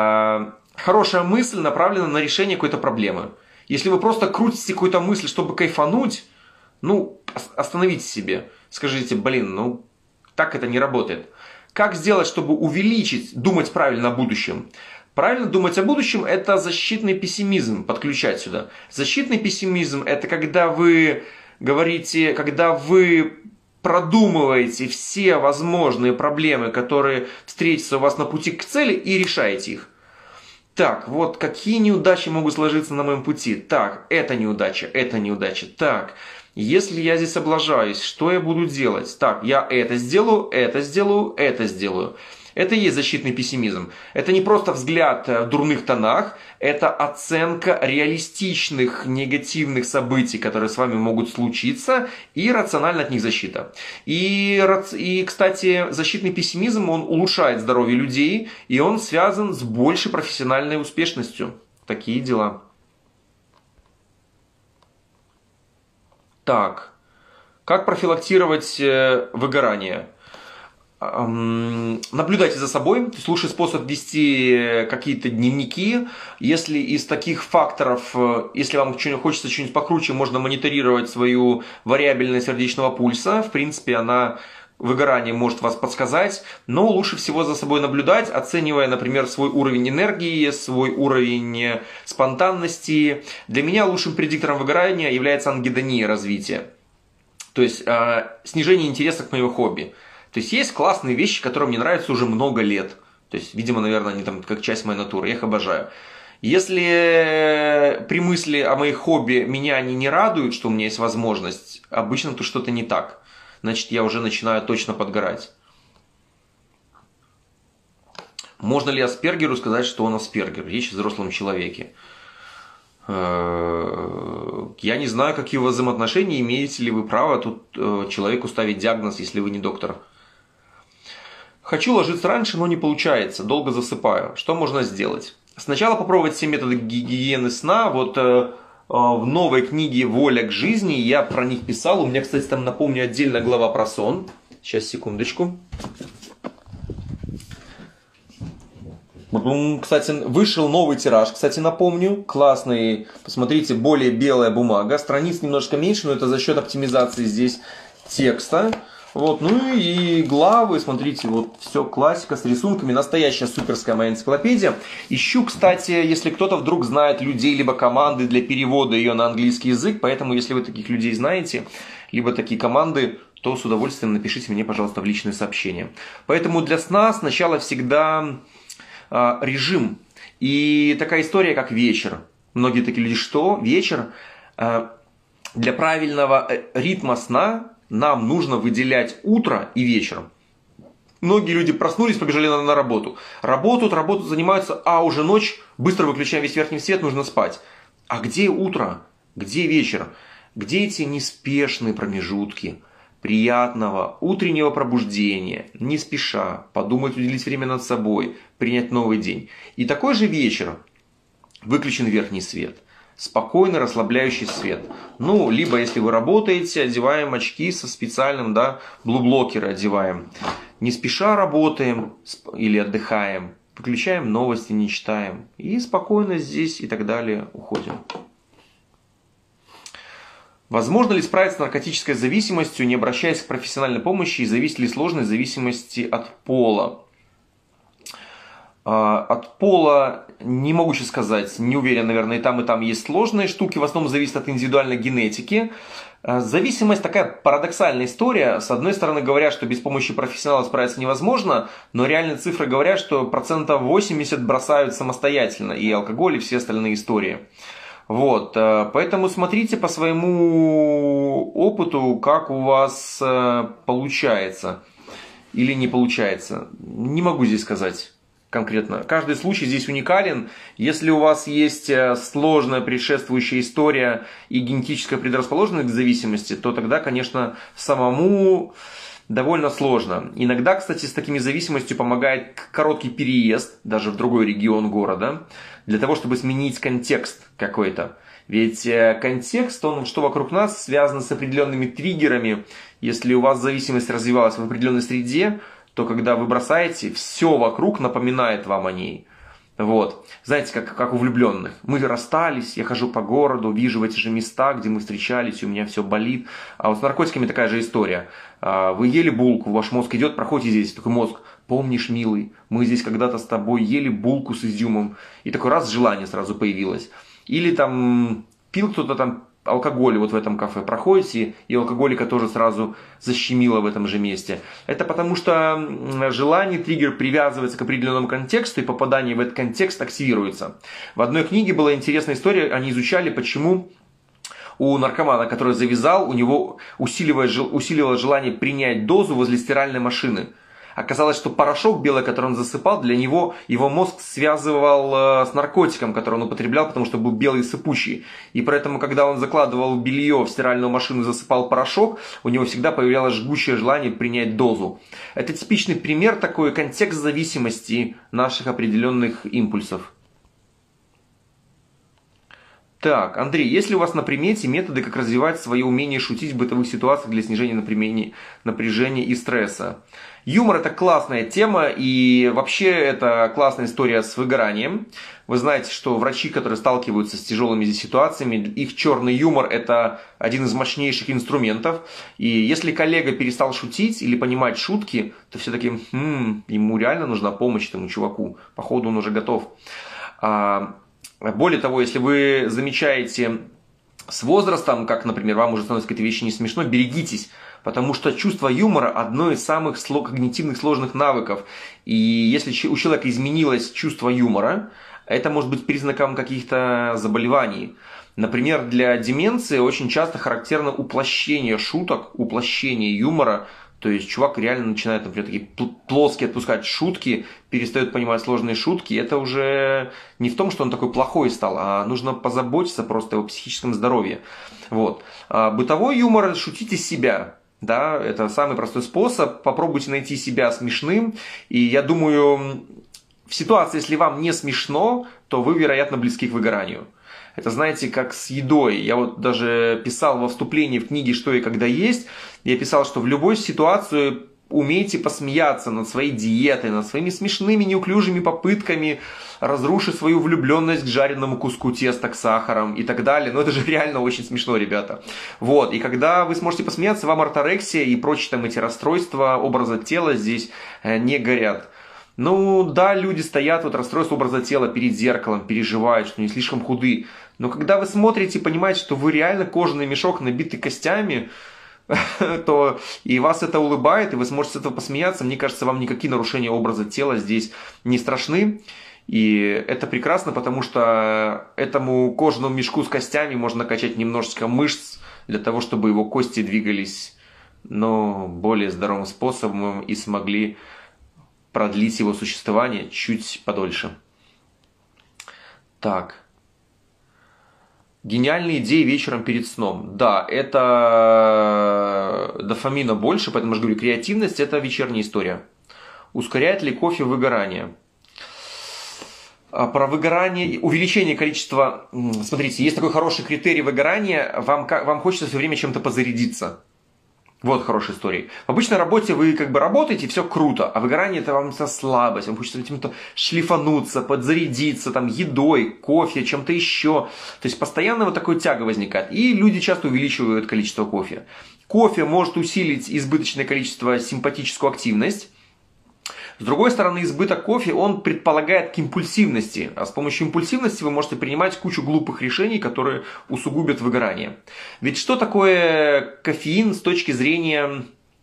Хорошая мысль направлена на решение какой-то проблемы. Если вы просто крутите какую-то мысль, чтобы кайфануть, ну, остановите себе. Скажите, блин, так это не работает. Как сделать, чтобы думать правильно о будущем? Правильно думать о будущем – это защитный пессимизм, подключать сюда. Защитный пессимизм – это когда вы говорите, когда вы продумываете все возможные проблемы, которые встретятся у вас на пути к цели, и решаете их. Так, вот какие неудачи могут сложиться на моем пути? Так, это неудача, это неудача. Так, если я здесь облажаюсь, что я буду делать? Так, я это сделаю, это сделаю, это сделаю. Это и есть защитный пессимизм. Это не просто взгляд в дурных тонах, это оценка реалистичных негативных событий, которые с вами могут случиться, и рационально от них защита. И, кстати, защитный пессимизм, он улучшает здоровье людей, и он связан с большей профессиональной успешностью. Такие дела. Так, как профилактировать выгорание? Наблюдайте за собой, то есть лучший способ вести какие-то дневники. Если из таких факторов, если вам хочется что-нибудь покруче, можно мониторировать свою вариабельность сердечного пульса. В принципе, выгорание может вас подсказать, но лучше всего за собой наблюдать, оценивая, например, свой уровень энергии, свой уровень спонтанности. Для меня лучшим предиктором выгорания является ангидония развития, то есть снижение интереса к моему хобби. То есть есть классные вещи, которые мне нравятся уже много лет. То есть, видимо, наверное, они там как часть моей натуры, я их обожаю. Если при мысли о моих хобби меня они не радуют, что у меня есть возможность, обычно то что-то не так. Значит, я уже начинаю точно подгорать. Можно ли Аспергеру сказать, что он Аспергер? Речь о взрослом человеке. Я не знаю, какие у вас взаимоотношения, имеете ли вы право тут человеку ставить диагноз, если вы не доктор. Хочу ложиться раньше, но не получается, долго засыпаю. Что можно сделать? Сначала попробовать все методы гигиены сна. Вот в новой книге «Воля к жизни» я про них писал. У меня, кстати, там, напомню, отдельная глава про сон. Сейчас, секундочку. Кстати, вышел новый тираж, кстати, напомню. Классный, посмотрите, более белая бумага. Страниц немножко меньше, но это за счет оптимизации здесь текста. Вот, ну и главы, смотрите, вот все классика с рисунками, настоящая суперская моя энциклопедия. Ищу, кстати, если кто-то вдруг знает людей, либо команды для перевода ее на английский язык, поэтому если вы таких людей знаете, либо такие команды, то с удовольствием напишите мне, пожалуйста, в личные сообщения. Поэтому для сна сначала всегда режим. И такая история, как вечер. Многие такие люди, что вечер? Для правильного ритма сна нам нужно выделять утро и вечер. Многие люди проснулись, побежали на работу. Работают, занимаются, а уже ночь, быстро выключаем весь верхний свет, нужно спать. А где утро? Где вечер? Где эти неспешные промежутки приятного утреннего пробуждения, не спеша, подумать, уделить время над собой, принять новый день. И такой же вечер, выключен верхний свет. Спокойный, расслабляющий свет. Ну, либо если вы работаете, одеваем очки со специальным, блу-блокеры одеваем. Не спеша работаем или отдыхаем. Выключаем новости, не читаем. И спокойно здесь и так далее уходим. Возможно ли справиться с наркотической зависимостью, не обращаясь к профессиональной помощи, и зависит ли сложность зависимости от пола? От пола не могу сейчас сказать, не уверен, наверное, и там есть сложные штуки, в основном зависит от индивидуальной генетики. Зависимость такая парадоксальная история. С одной стороны говорят, что без помощи профессионала справиться невозможно, но реальные цифры говорят, что 80% бросают самостоятельно, и алкоголь, и все остальные истории. Вот, поэтому смотрите по своему опыту, как у вас получается или не получается. Не могу здесь сказать конкретно. Каждый случай здесь уникален. Если у вас есть сложная предшествующая история и генетическая предрасположенность к зависимости, то тогда, конечно, самому довольно сложно. Иногда, кстати, с такими зависимостью помогает короткий переезд, даже в другой регион города, для того, чтобы сменить контекст какой-то. Ведь контекст, он что вокруг нас, связан с определенными триггерами. Если у вас зависимость развивалась в определенной среде, то когда вы бросаете, все вокруг напоминает вам о ней. Вот. Знаете, как у влюбленных. Мы расстались, я хожу по городу, вижу в эти же места, где мы встречались, у меня все болит. А вот с наркотиками такая же история. Вы ели булку, ваш мозг идет, проходите здесь, такой мозг: помнишь, милый, мы здесь когда-то с тобой ели булку с изюмом. И такой раз желание сразу появилось. Или там пил кто-то там алкоголя вот в этом кафе проходите, и алкоголика тоже сразу защемило в этом же месте. Это потому что желание, триггер привязывается к определенному контексту, и попадание в этот контекст активируется. В одной книге была интересная история, они изучали, почему у наркомана, который завязал, у него усиливалось желание принять дозу возле стиральной машины. Оказалось, что порошок белый, который он засыпал, для него его мозг связывал с наркотиком, который он употреблял, потому что был белый и сыпучий. И поэтому, когда он закладывал белье в стиральную машину и засыпал порошок, у него всегда появлялось жгучее желание принять дозу. Это типичный пример такой контекст зависимости наших определенных импульсов. Так, Андрей, есть ли у вас на примете методы, как развивать свое умение шутить в бытовых ситуациях для снижения напряжения и стресса? Юмор – это классная тема, и вообще это классная история с выгоранием. Вы знаете, что врачи, которые сталкиваются с тяжелыми ситуациями, их черный юмор – это один из мощнейших инструментов. И если коллега перестал шутить или понимать шутки, то все-таки ему реально нужна помощь этому чуваку. Походу он уже готов. Более того, если вы замечаете с возрастом, как, например, вам уже становится какие-то вещи не смешно, берегитесь, потому что чувство юмора – одно из самых когнитивных сложных навыков. И если у человека изменилось чувство юмора, это может быть признаком каких-то заболеваний. Например, для деменции очень часто характерно уплощение шуток, уплощение юмора. То есть чувак реально начинает, например, такие плоские отпускать шутки, перестает понимать сложные шутки. Это уже не в том, что он такой плохой стал, а нужно позаботиться просто о его психическом здоровье. Вот. Бытовой юмор – шутить из себя. Да, это самый простой способ. Попробуйте найти себя смешным. И я думаю, в ситуации, если вам не смешно, то вы, вероятно, близки к выгоранию. Это, знаете, как с едой. Я вот даже писал во вступлении в книге «Что и когда есть». Я писал, что в любой ситуации умейте посмеяться над своей диетой, над своими смешными, неуклюжими попытками разрушить свою влюбленность к жареному куску теста, к сахарам и так далее. Но это же реально очень смешно, ребята. Вот. И когда вы сможете посмеяться, вам орторексия и прочие там эти расстройства образа тела здесь не горят. Ну да, люди стоят, вот расстройство образа тела перед зеркалом, переживают, что они слишком худы. Но когда вы смотрите и понимаете, что вы реально кожаный мешок, набитый костями, то и вас это улыбает, и вы сможете с этого посмеяться, мне кажется, вам никакие нарушения образа тела здесь не страшны. И это прекрасно, потому что этому кожаному мешку с костями можно накачать немножечко мышц, для того, чтобы его кости двигались, но более здоровым способом и смогли продлить его существование чуть подольше. Так. Гениальные идеи вечером перед сном. Да, это дофамина больше, поэтому я же говорю, креативность – это вечерняя история. Ускоряет ли кофе выгорание? Про выгорание, увеличение количества... Смотрите, есть такой хороший критерий выгорания. Вам хочется все время чем-то позарядиться. Вот хорошая история. В обычной работе вы как бы работаете, все круто, а выгорание это вам слабость, вам хочется чем-то шлифануться, подзарядиться, там, едой, кофе, чем-то еще. То есть постоянно вот такая тяга возникает. И люди часто увеличивают количество кофе. Кофе может усилить избыточное количество симпатическую активность. С другой стороны, избыток кофе, он предполагает к импульсивности. А с помощью импульсивности вы можете принимать кучу глупых решений, которые усугубят выгорание. Ведь что такое кофеин с точки зрения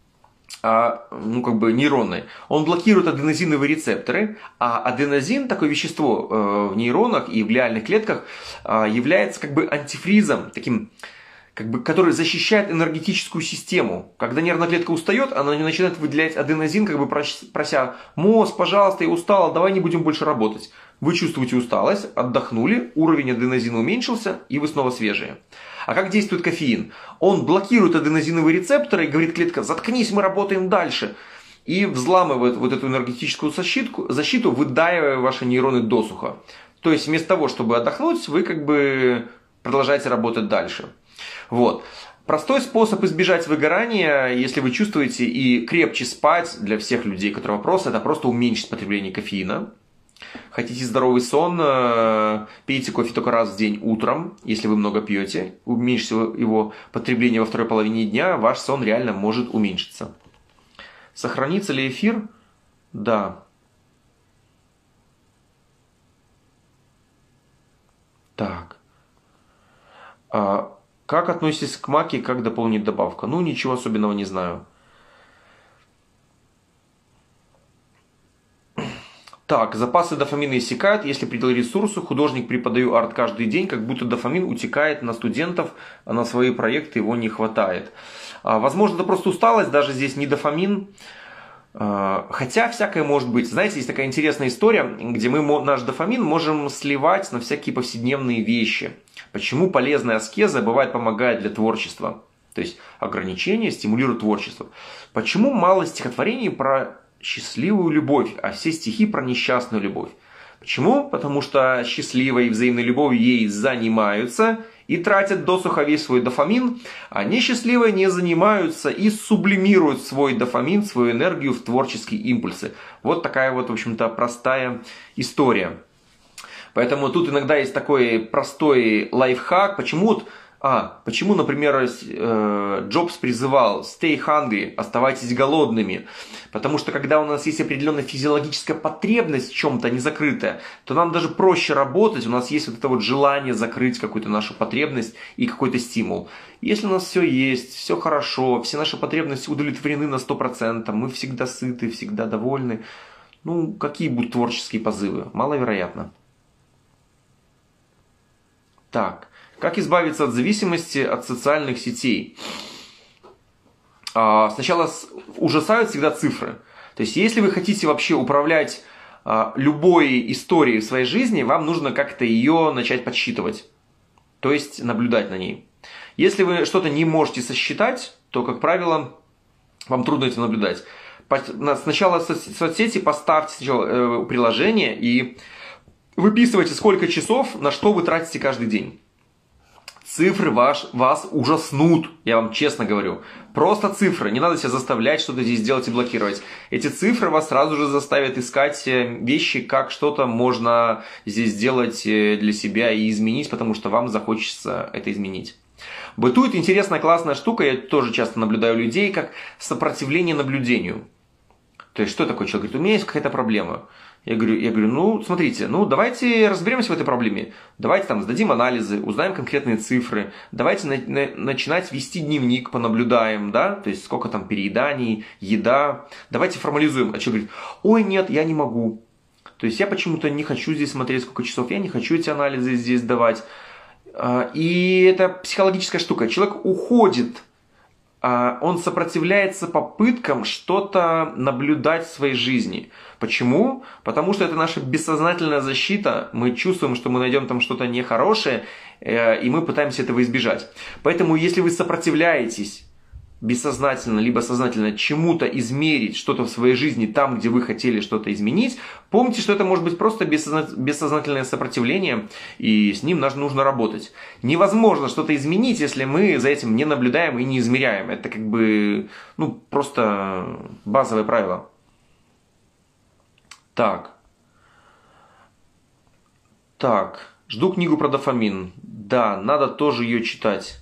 нейронной? Он блокирует аденозиновые рецепторы, а аденозин, такое вещество в нейронах и в глиальных клетках, является как бы антифризом, таким, который защищает энергетическую систему. Когда нервная клетка устает, она не начинает выделять аденозин, прося: мозг, пожалуйста, я устала, давай не будем больше работать. Вы чувствуете усталость, отдохнули, уровень аденозина уменьшился, и вы снова свежие. А как действует кофеин? Он блокирует аденозиновые рецепторы и говорит клетка: заткнись, мы работаем дальше. И взламывает вот эту энергетическую защиту, выдаивая ваши нейроны досуха. То есть вместо того, чтобы отдохнуть, вы продолжаете работать дальше. Вот. Простой способ избежать выгорания, если вы чувствуете, и крепче спать, для всех людей, которые вопрос, это просто уменьшить потребление кофеина. Хотите здоровый сон, пейте кофе только раз в день утром, если вы много пьете. Уменьшите его потребление во второй половине дня, ваш сон реально может уменьшиться. Сохранится ли эфир? Да. Так. Как относитесь к маке, как дополнить добавка? Ну, ничего особенного не знаю. Так, запасы дофамина иссякают, если предел ресурсу, художник преподаю арт каждый день, как будто дофамин утекает на студентов, а на свои проекты его не хватает. Возможно, это просто усталость, даже здесь не дофамин. Хотя всякое может быть. Знаете, есть такая интересная история, где мы наш дофамин можем сливать на всякие повседневные вещи. Почему полезная аскеза бывает помогает для творчества? То есть ограничения стимулируют творчество. Почему мало стихотворений про счастливую любовь, а все стихи про несчастную любовь? Почему? Потому что счастливой и взаимной любовью ей занимаются и тратят досуха весь свой дофамин, а несчастливые не занимаются и сублимируют свой дофамин, свою энергию в творческие импульсы. Вот такая вот, в общем-то, простая история. Поэтому тут иногда есть такой простой лайфхак. Почему, например, Джобс призывал «stay hungry», «оставайтесь голодными». Потому что когда у нас есть определенная физиологическая потребность в чем-то незакрытая, то нам даже проще работать, у нас есть вот это вот желание закрыть какую-то нашу потребность и какой-то стимул. Если у нас все есть, все хорошо, все наши потребности удовлетворены на 100%, мы всегда сыты, всегда довольны, ну, какие будут творческие позывы? Маловероятно. Так. Как избавиться от зависимости от социальных сетей? Сначала ужасают всегда цифры. То есть, если вы хотите вообще управлять любой историей в своей жизни, вам нужно как-то ее начать подсчитывать. То есть, наблюдать на ней. Если вы что-то не можете сосчитать, то, как правило, вам трудно это наблюдать. Сначала в соцсети поставьте сначала приложение и выписывайте, сколько часов на что вы тратите каждый день. Цифры вас ужаснут, я вам честно говорю. Просто цифры, не надо себя заставлять что-то здесь делать и блокировать. Эти цифры вас сразу же заставят искать вещи, как что-то можно здесь сделать для себя и изменить, потому что вам захочется это изменить. Бытует интересная классная штука, я тоже часто наблюдаю людей, как сопротивление наблюдению. То есть, что такое человек? Говорит, у меня есть какая-то проблема. Я говорю, ну, смотрите, ну, давайте разберемся в этой проблеме. Давайте там сдадим анализы, узнаем конкретные цифры. Давайте начинать вести дневник, понаблюдаем, да, то есть, сколько там перееданий, еда. Давайте формализуем. А человек говорит, ой, нет, я не могу. То есть, я почему-то не хочу здесь смотреть, сколько часов, я не хочу эти анализы здесь давать. И это психологическая штука. Человек уходит. Он сопротивляется попыткам что-то наблюдать в своей жизни. Почему? Потому что это наша бессознательная защита. Мы чувствуем, что мы найдем там что-то нехорошее, и мы пытаемся этого избежать. Поэтому, если вы сопротивляетесь бессознательно, либо сознательно чему-то измерить, что-то в своей жизни, там, где вы хотели что-то изменить, помните, что это может быть просто бессознательное сопротивление, и с ним нужно работать. Невозможно что-то изменить, если мы за этим не наблюдаем и не измеряем. Это как бы, ну, просто базовое правило. Так, жду книгу про дофамин. Да, надо тоже ее читать.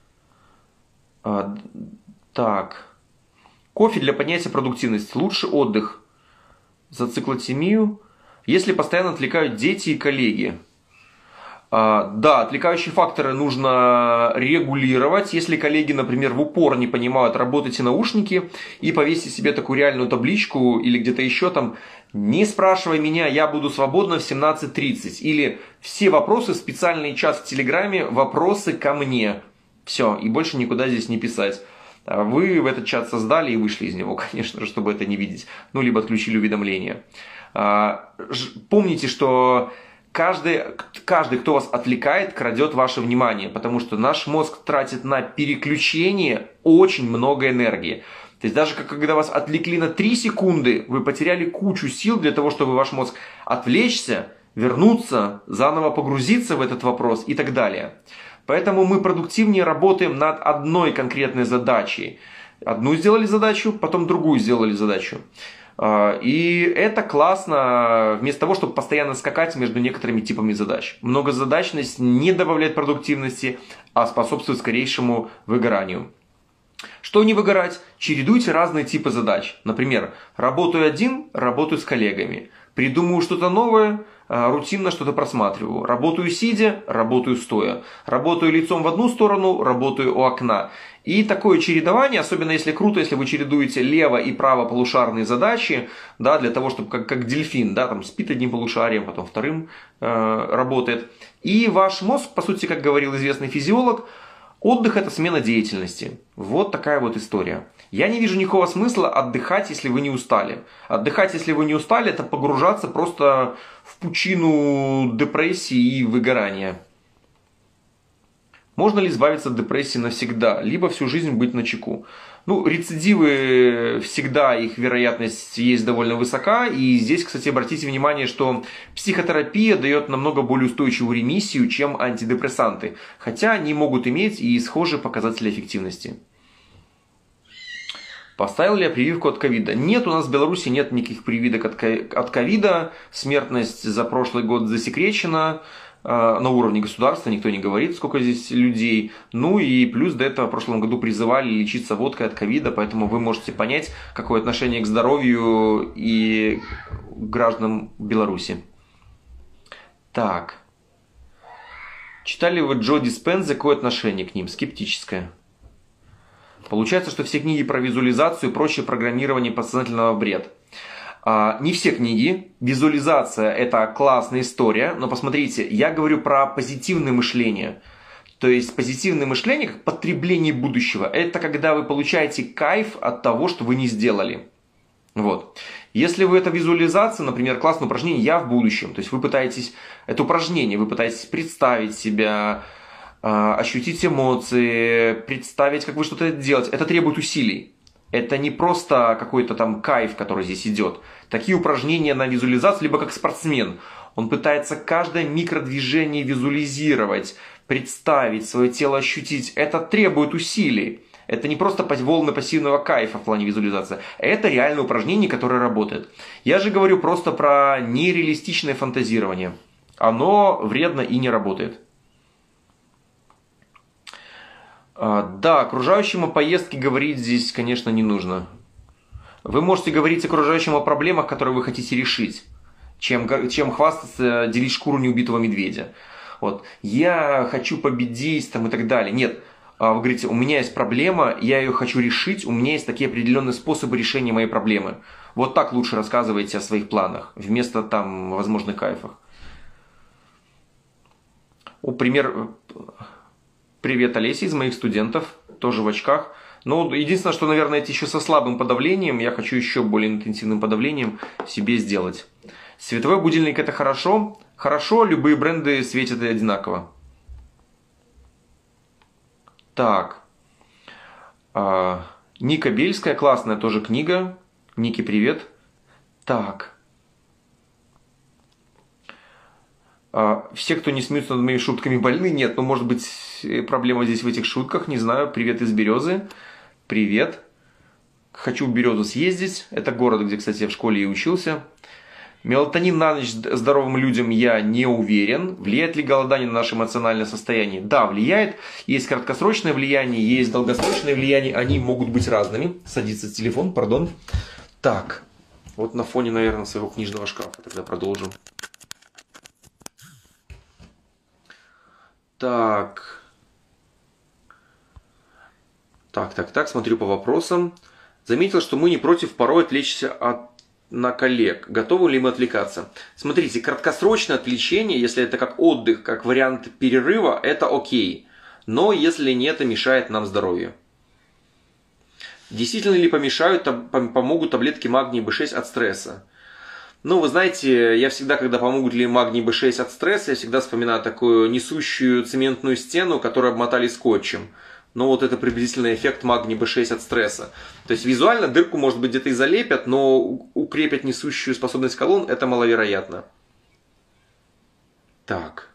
Так, кофе для поднятия продуктивности. Лучше отдых. За циклотемию. Если постоянно отвлекают дети и коллеги. Да, отвлекающие факторы нужно регулировать. Если коллеги, например, в упор не понимают, работайте наушники и повесьте себе такую реальную табличку или где-то еще там. Не спрашивай меня, я буду свободна в 17:30. Или все вопросы, специальный чат в Телеграме, вопросы ко мне. Все, и больше никуда здесь не писать. Вы в этот чат создали и вышли из него, конечно же, чтобы это не видеть. Ну, либо отключили уведомления. Помните, что каждый, кто вас отвлекает, крадет ваше внимание, потому что наш мозг тратит на переключение очень много энергии. То есть даже когда вас отвлекли на 3 секунды, вы потеряли кучу сил для того, чтобы ваш мозг отвлечься, вернуться, заново погрузиться в этот вопрос и так далее. Поэтому мы продуктивнее работаем над одной конкретной задачей. Одну сделали задачу, потом другую сделали задачу. И это классно, вместо того, чтобы постоянно скакать между некоторыми типами задач. Многозадачность не добавляет продуктивности, а способствует скорейшему выгоранию. Что не выгорать? Чередуйте разные типы задач. Например, работаю один, работаю с коллегами. Придумаю что-то новое, рутинно что-то просматриваю. Работаю сидя, работаю стоя. Работаю лицом в одну сторону, работаю у окна. И такое чередование, особенно если круто, если вы чередуете лево и право полушарные задачи, да, для того, чтобы как дельфин, да, там спит одним полушарием, потом вторым работает. И ваш мозг, по сути, как говорил известный физиолог, отдых – это смена деятельности. Вот такая вот история. Я не вижу никакого смысла отдыхать, если вы не устали. Отдыхать, если вы не устали, это погружаться просто в пучину депрессии и выгорания. Можно ли избавиться от депрессии навсегда, либо всю жизнь быть начеку? Ну, рецидивы всегда, их вероятность есть довольно высока. И здесь, кстати, обратите внимание, что психотерапия дает намного более устойчивую ремиссию, чем антидепрессанты. Хотя они могут иметь и схожие показатели эффективности. Поставил ли я прививку от ковида? Нет, у нас в Беларуси нет никаких прививок от ковида. Смертность за прошлый год засекречена. На уровне государства никто не говорит, сколько здесь людей. Ну и плюс до этого в прошлом году призывали лечиться водкой от ковида, поэтому вы можете понять, какое отношение к здоровью и гражданам Беларуси. Так. Читали вы Джо Диспенза, какое отношение к ним? Скептическое. Получается, что все книги про визуализацию и прочее программирование подсознательного бред. Не все книги. Визуализация – это классная история, но посмотрите, я говорю про позитивное мышление. То есть позитивное мышление, как потребление будущего, это когда вы получаете кайф от того, что вы не сделали. Вот. Если вы это визуализация, например, классное упражнение «Я в будущем», то есть вы пытаетесь, это упражнение, вы пытаетесь представить себя, ощутить эмоции, представить, как вы что-то делаете, это требует усилий. Это не просто какой-то там кайф, который здесь идет. Такие упражнения на визуализацию, либо как спортсмен. Он пытается каждое микродвижение визуализировать, представить, свое тело ощутить. Это требует усилий. Это не просто волны пассивного кайфа в плане визуализации. Это реальное упражнение, которое работает. Я же говорю просто про нереалистичное фантазирование. Оно вредно и не работает. Да, окружающим о поездке говорить здесь, конечно, не нужно. Вы можете говорить окружающим о проблемах, которые вы хотите решить, чем хвастаться, делить шкуру неубитого медведя. Вот. Я хочу победить там, и так далее. Нет, вы говорите, у меня есть проблема, я ее хочу решить, у меня есть такие определенные способы решения моей проблемы. Вот так лучше рассказывайте о своих планах, вместо там возможных кайфов. Пример... Привет, Олеся, из моих студентов, тоже в очках. Но единственное, что, наверное, это еще со слабым подавлением, я хочу еще более интенсивным подавлением себе сделать. Световой будильник – это хорошо. Хорошо, любые бренды светят одинаково. Так. Ника Бельская, классная тоже книга. Ники, привет. Так. Все, кто не смеются над моими шутками, больны? Нет, но может быть проблема здесь в этих шутках, не знаю. Привет из Березы. Привет. Хочу в Березу съездить. Это город, где, кстати, я в школе и учился. Мелатонин на ночь здоровым людям я не уверен. Влияет ли голодание на наше эмоциональное состояние? Да, влияет. Есть краткосрочное влияние, есть долгосрочное влияние. Они могут быть разными. Садится телефон, пардон. Так, вот на фоне, наверное, своего книжного шкафа. Тогда продолжим. Так, смотрю по вопросам. Заметил, что мы не против порой отвлечься на коллег. Готовы ли мы отвлекаться? Смотрите, краткосрочное отвлечение, если это как отдых, как вариант перерыва, это окей. Но если не, это мешает нам здоровью. Действительно ли помогут таблетки магния B6 от стресса? Ну, вы знаете, я всегда, когда помогут ли магний B6 от стресса, я всегда вспоминаю такую несущую цементную стену, которую обмотали скотчем. Но вот это приблизительный эффект магний B6 от стресса. То есть визуально дырку, может быть, где-то и залепят, но укрепят несущую способность колонн это маловероятно. Так.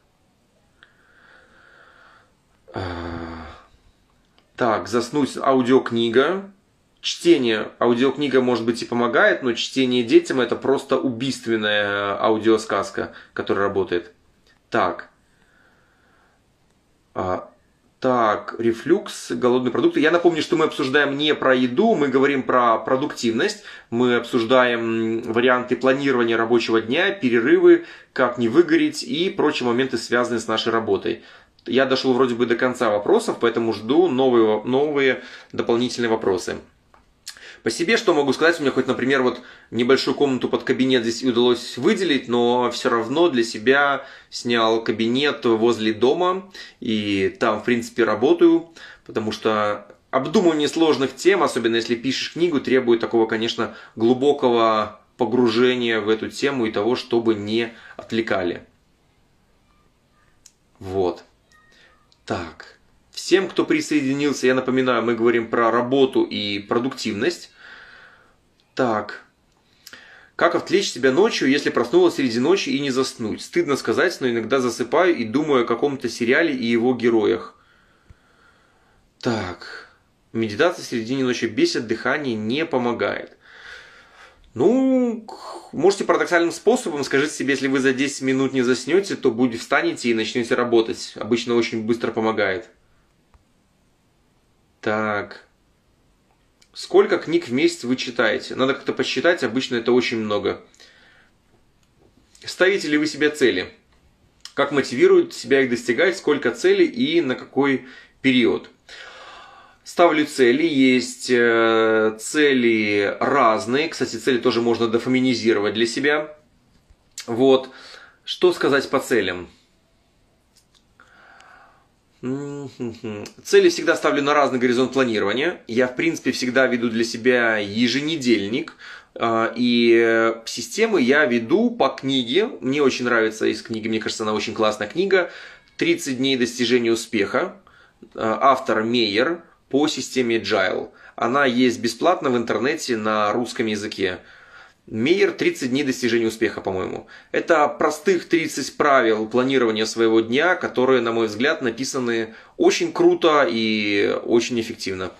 Так, заснуть аудиокнига. Чтение. Аудиокнига, может быть, и помогает, но чтение детям это просто убийственная аудиосказка, которая работает. Так. Так, рефлюкс, голодные продукты. Я напомню, что мы обсуждаем не про еду, мы говорим про продуктивность. Мы обсуждаем варианты планирования рабочего дня, перерывы, как не выгореть и прочие моменты, связанные с нашей работой. Я дошел вроде бы до конца вопросов, поэтому жду новые дополнительные вопросы. По себе что могу сказать? У меня хоть, например, вот небольшую комнату под кабинет здесь удалось выделить, но все равно для себя снял кабинет возле дома и там, в принципе, работаю, потому что обдумывание сложных тем, особенно если пишешь книгу, требует такого, конечно, глубокого погружения в эту тему и того, чтобы не отвлекали. Вот. Так. Всем, кто присоединился, я напоминаю, мы говорим про работу и продуктивность. Так. Как отвлечь себя ночью, если проснулась среди ночи и не заснуть? Стыдно сказать, но иногда засыпаю и думаю о каком-то сериале и его героях. Так. Медитация в середине ночи бесит, дыхание не помогает. Ну, можете парадоксальным способом, скажите себе, если вы за 10 минут не заснете, то встанете и начнете работать. Обычно очень быстро помогает. Так. Сколько книг в месяц вы читаете? Надо как-то посчитать, обычно это очень много. Ставите ли вы себе цели? Как мотивирует себя их достигать? Сколько целей и на какой период? Ставлю цели. Есть цели разные. Кстати, цели тоже можно дофаминизировать для себя. Вот. Что сказать по целям? Цели всегда ставлю на разный горизонт планирования. Я, в принципе, всегда веду для себя еженедельник. И системы я веду по книге. Мне очень нравится из книги, мне кажется, она очень классная книга. «30 дней достижения успеха». Автор Мейер по системе Agile. Она есть бесплатно в интернете на русском языке. Мейер 30 дней достижения успеха, по-моему. Это простых 30 правил планирования своего дня, которые, на мой взгляд, написаны очень круто и очень эффективно.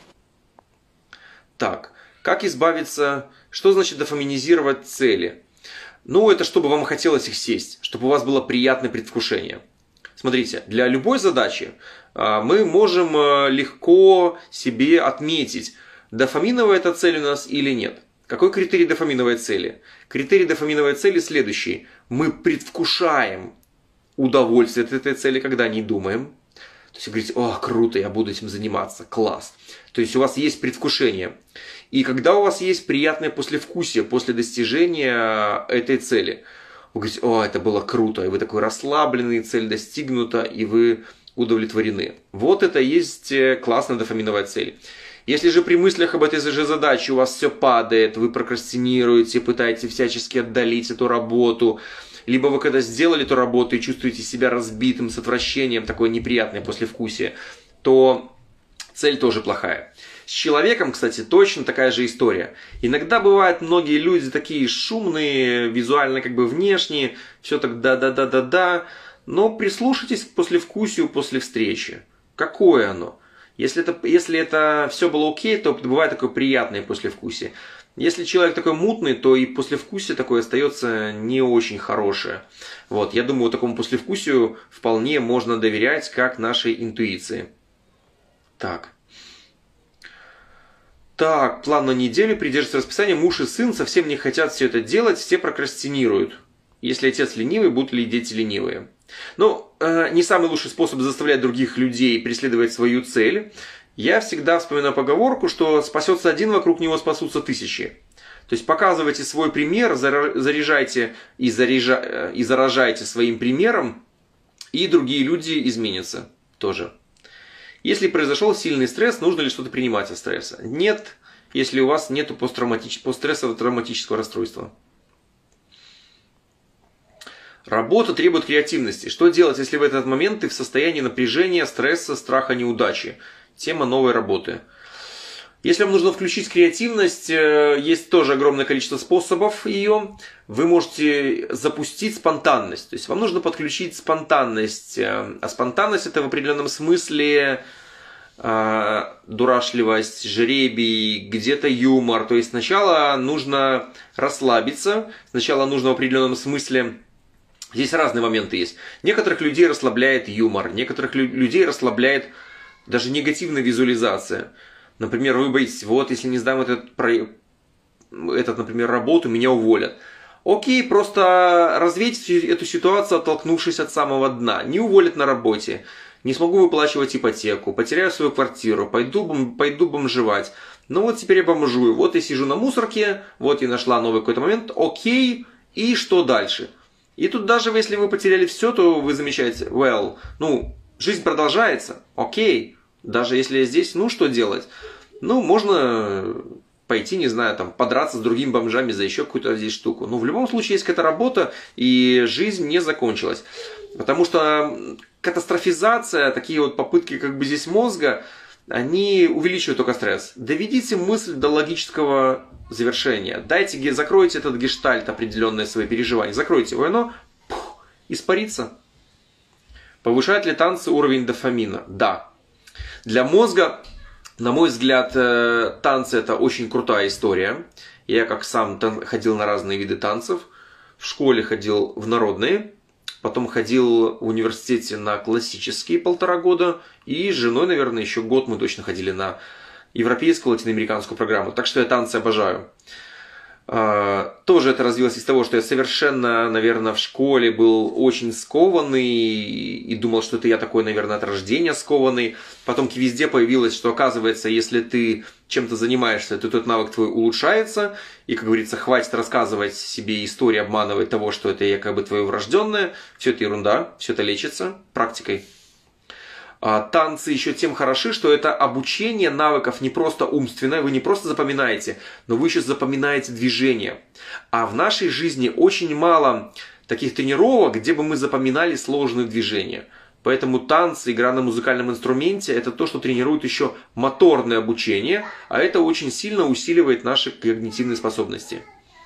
Так, как избавиться... Что значит дофаминизировать цели? Ну, это чтобы вам хотелось их сесть, чтобы у вас было приятное предвкушение. Смотрите, для любой задачи мы можем легко себе отметить, дофаминовая эта цель у нас или нет. Какой критерий дофаминовой цели? Критерий дофаминовой цели следующий. Мы предвкушаем удовольствие от этой цели, когда не думаем. То есть вы говорите, о, круто, я буду этим заниматься, класс. То есть у вас есть предвкушение. И когда у вас есть приятное послевкусие после достижения этой цели, вы говорите, о, это было круто, и вы такой расслабленный, цель достигнута, и вы удовлетворены. Вот это и есть классная дофаминовая цель. Если же при мыслях об этой же задаче у вас все падает, вы прокрастинируете, пытаетесь всячески отдалить эту работу, либо вы когда сделали эту работу и чувствуете себя разбитым, с отвращением, такое неприятное послевкусие, то цель тоже плохая. С человеком, кстати, точно такая же история. Иногда бывают многие люди такие шумные, визуально как бы внешние, все так да-да-да-да-да, но прислушайтесь к послевкусию после встречи. Какое оно? Если это все было окей, то бывает такое приятное послевкусие. Если человек такой мутный, то и послевкусие такое остается не очень хорошее. Вот, я думаю, такому послевкусию вполне можно доверять, как нашей интуиции. Так, план на неделю, придерживаться расписания. Муж и сын совсем не хотят все это делать, все прокрастинируют. Если отец ленивый, будут ли дети ленивые? Ну, не самый лучший способ заставлять других людей преследовать свою цель. Я всегда вспоминаю поговорку, что спасется один, вокруг него спасутся тысячи. То есть показывайте свой пример, заряжайте и заражайте своим примером, и другие люди изменятся тоже. Если произошел сильный стресс, нужно ли что-то принимать от стресса? Нет, если у вас нет постстрессового травматического расстройства. Работа требует креативности. Что делать, если в этот момент ты в состоянии напряжения, стресса, страха, неудачи? Тема новой работы. Если вам нужно включить креативность, есть тоже огромное количество способов ее. Вы можете запустить спонтанность. То есть вам нужно подключить спонтанность. А спонтанность это в определенном смысле дурашливость, жребий, где-то юмор. То есть сначала нужно расслабиться. Сначала нужно в определенном смысле... Здесь разные моменты есть. Некоторых людей расслабляет юмор, некоторых людей расслабляет даже негативная визуализация. Например, вы боитесь, вот если не сдам например, работу, меня уволят. Окей, просто развейте эту ситуацию, оттолкнувшись от самого дна. Не уволят на работе, не смогу выплачивать ипотеку, потеряю свою квартиру, пойду бомжевать. Ну вот теперь я бомжую, вот я сижу на мусорке, вот я нашла новый какой-то момент, окей, и что дальше? И тут даже если вы потеряли все, то вы замечаете, жизнь продолжается, окей, даже если я здесь, что делать? Можно пойти, не знаю, подраться с другими бомжами за еще какую-то здесь штуку. Но в любом случае есть какая-то работа, и жизнь не закончилась. Потому что катастрофизация, такие вот попытки здесь мозга, они увеличивают только стресс. Доведите мысль до логического завершения. Закройте этот гештальт, определенные свои переживания. Закройте его, и оно испарится. Повышают ли танцы уровень дофамина? Да. Для мозга, на мой взгляд, танцы это очень крутая история. Я как сам ходил на разные виды танцев. В школе ходил в народные. Потом ходил в университете на классические 1,5 года. И с женой, наверное, еще год мы точно ходили на европейскую, латиноамериканскую программу. Так что я танцы обожаю. Тоже это развилось из того, что я совершенно, наверное, в школе был очень скованный и думал, что это я такой, наверное, от рождения скованный. Потом везде появилось, что оказывается, если ты чем-то занимаешься, то этот навык твой улучшается. И, как говорится, хватит рассказывать себе истории, обманывать того, что это якобы твое врожденное. Все это ерунда, все это лечится практикой. Танцы еще тем хороши, что это обучение навыков не просто умственное, вы не просто запоминаете, но вы еще запоминаете движение. А в нашей жизни очень мало таких тренировок, где бы мы запоминали сложные движения. Поэтому танцы, игра на музыкальном инструменте – это то, что тренирует еще моторное обучение, а это очень сильно усиливает наши когнитивные способности.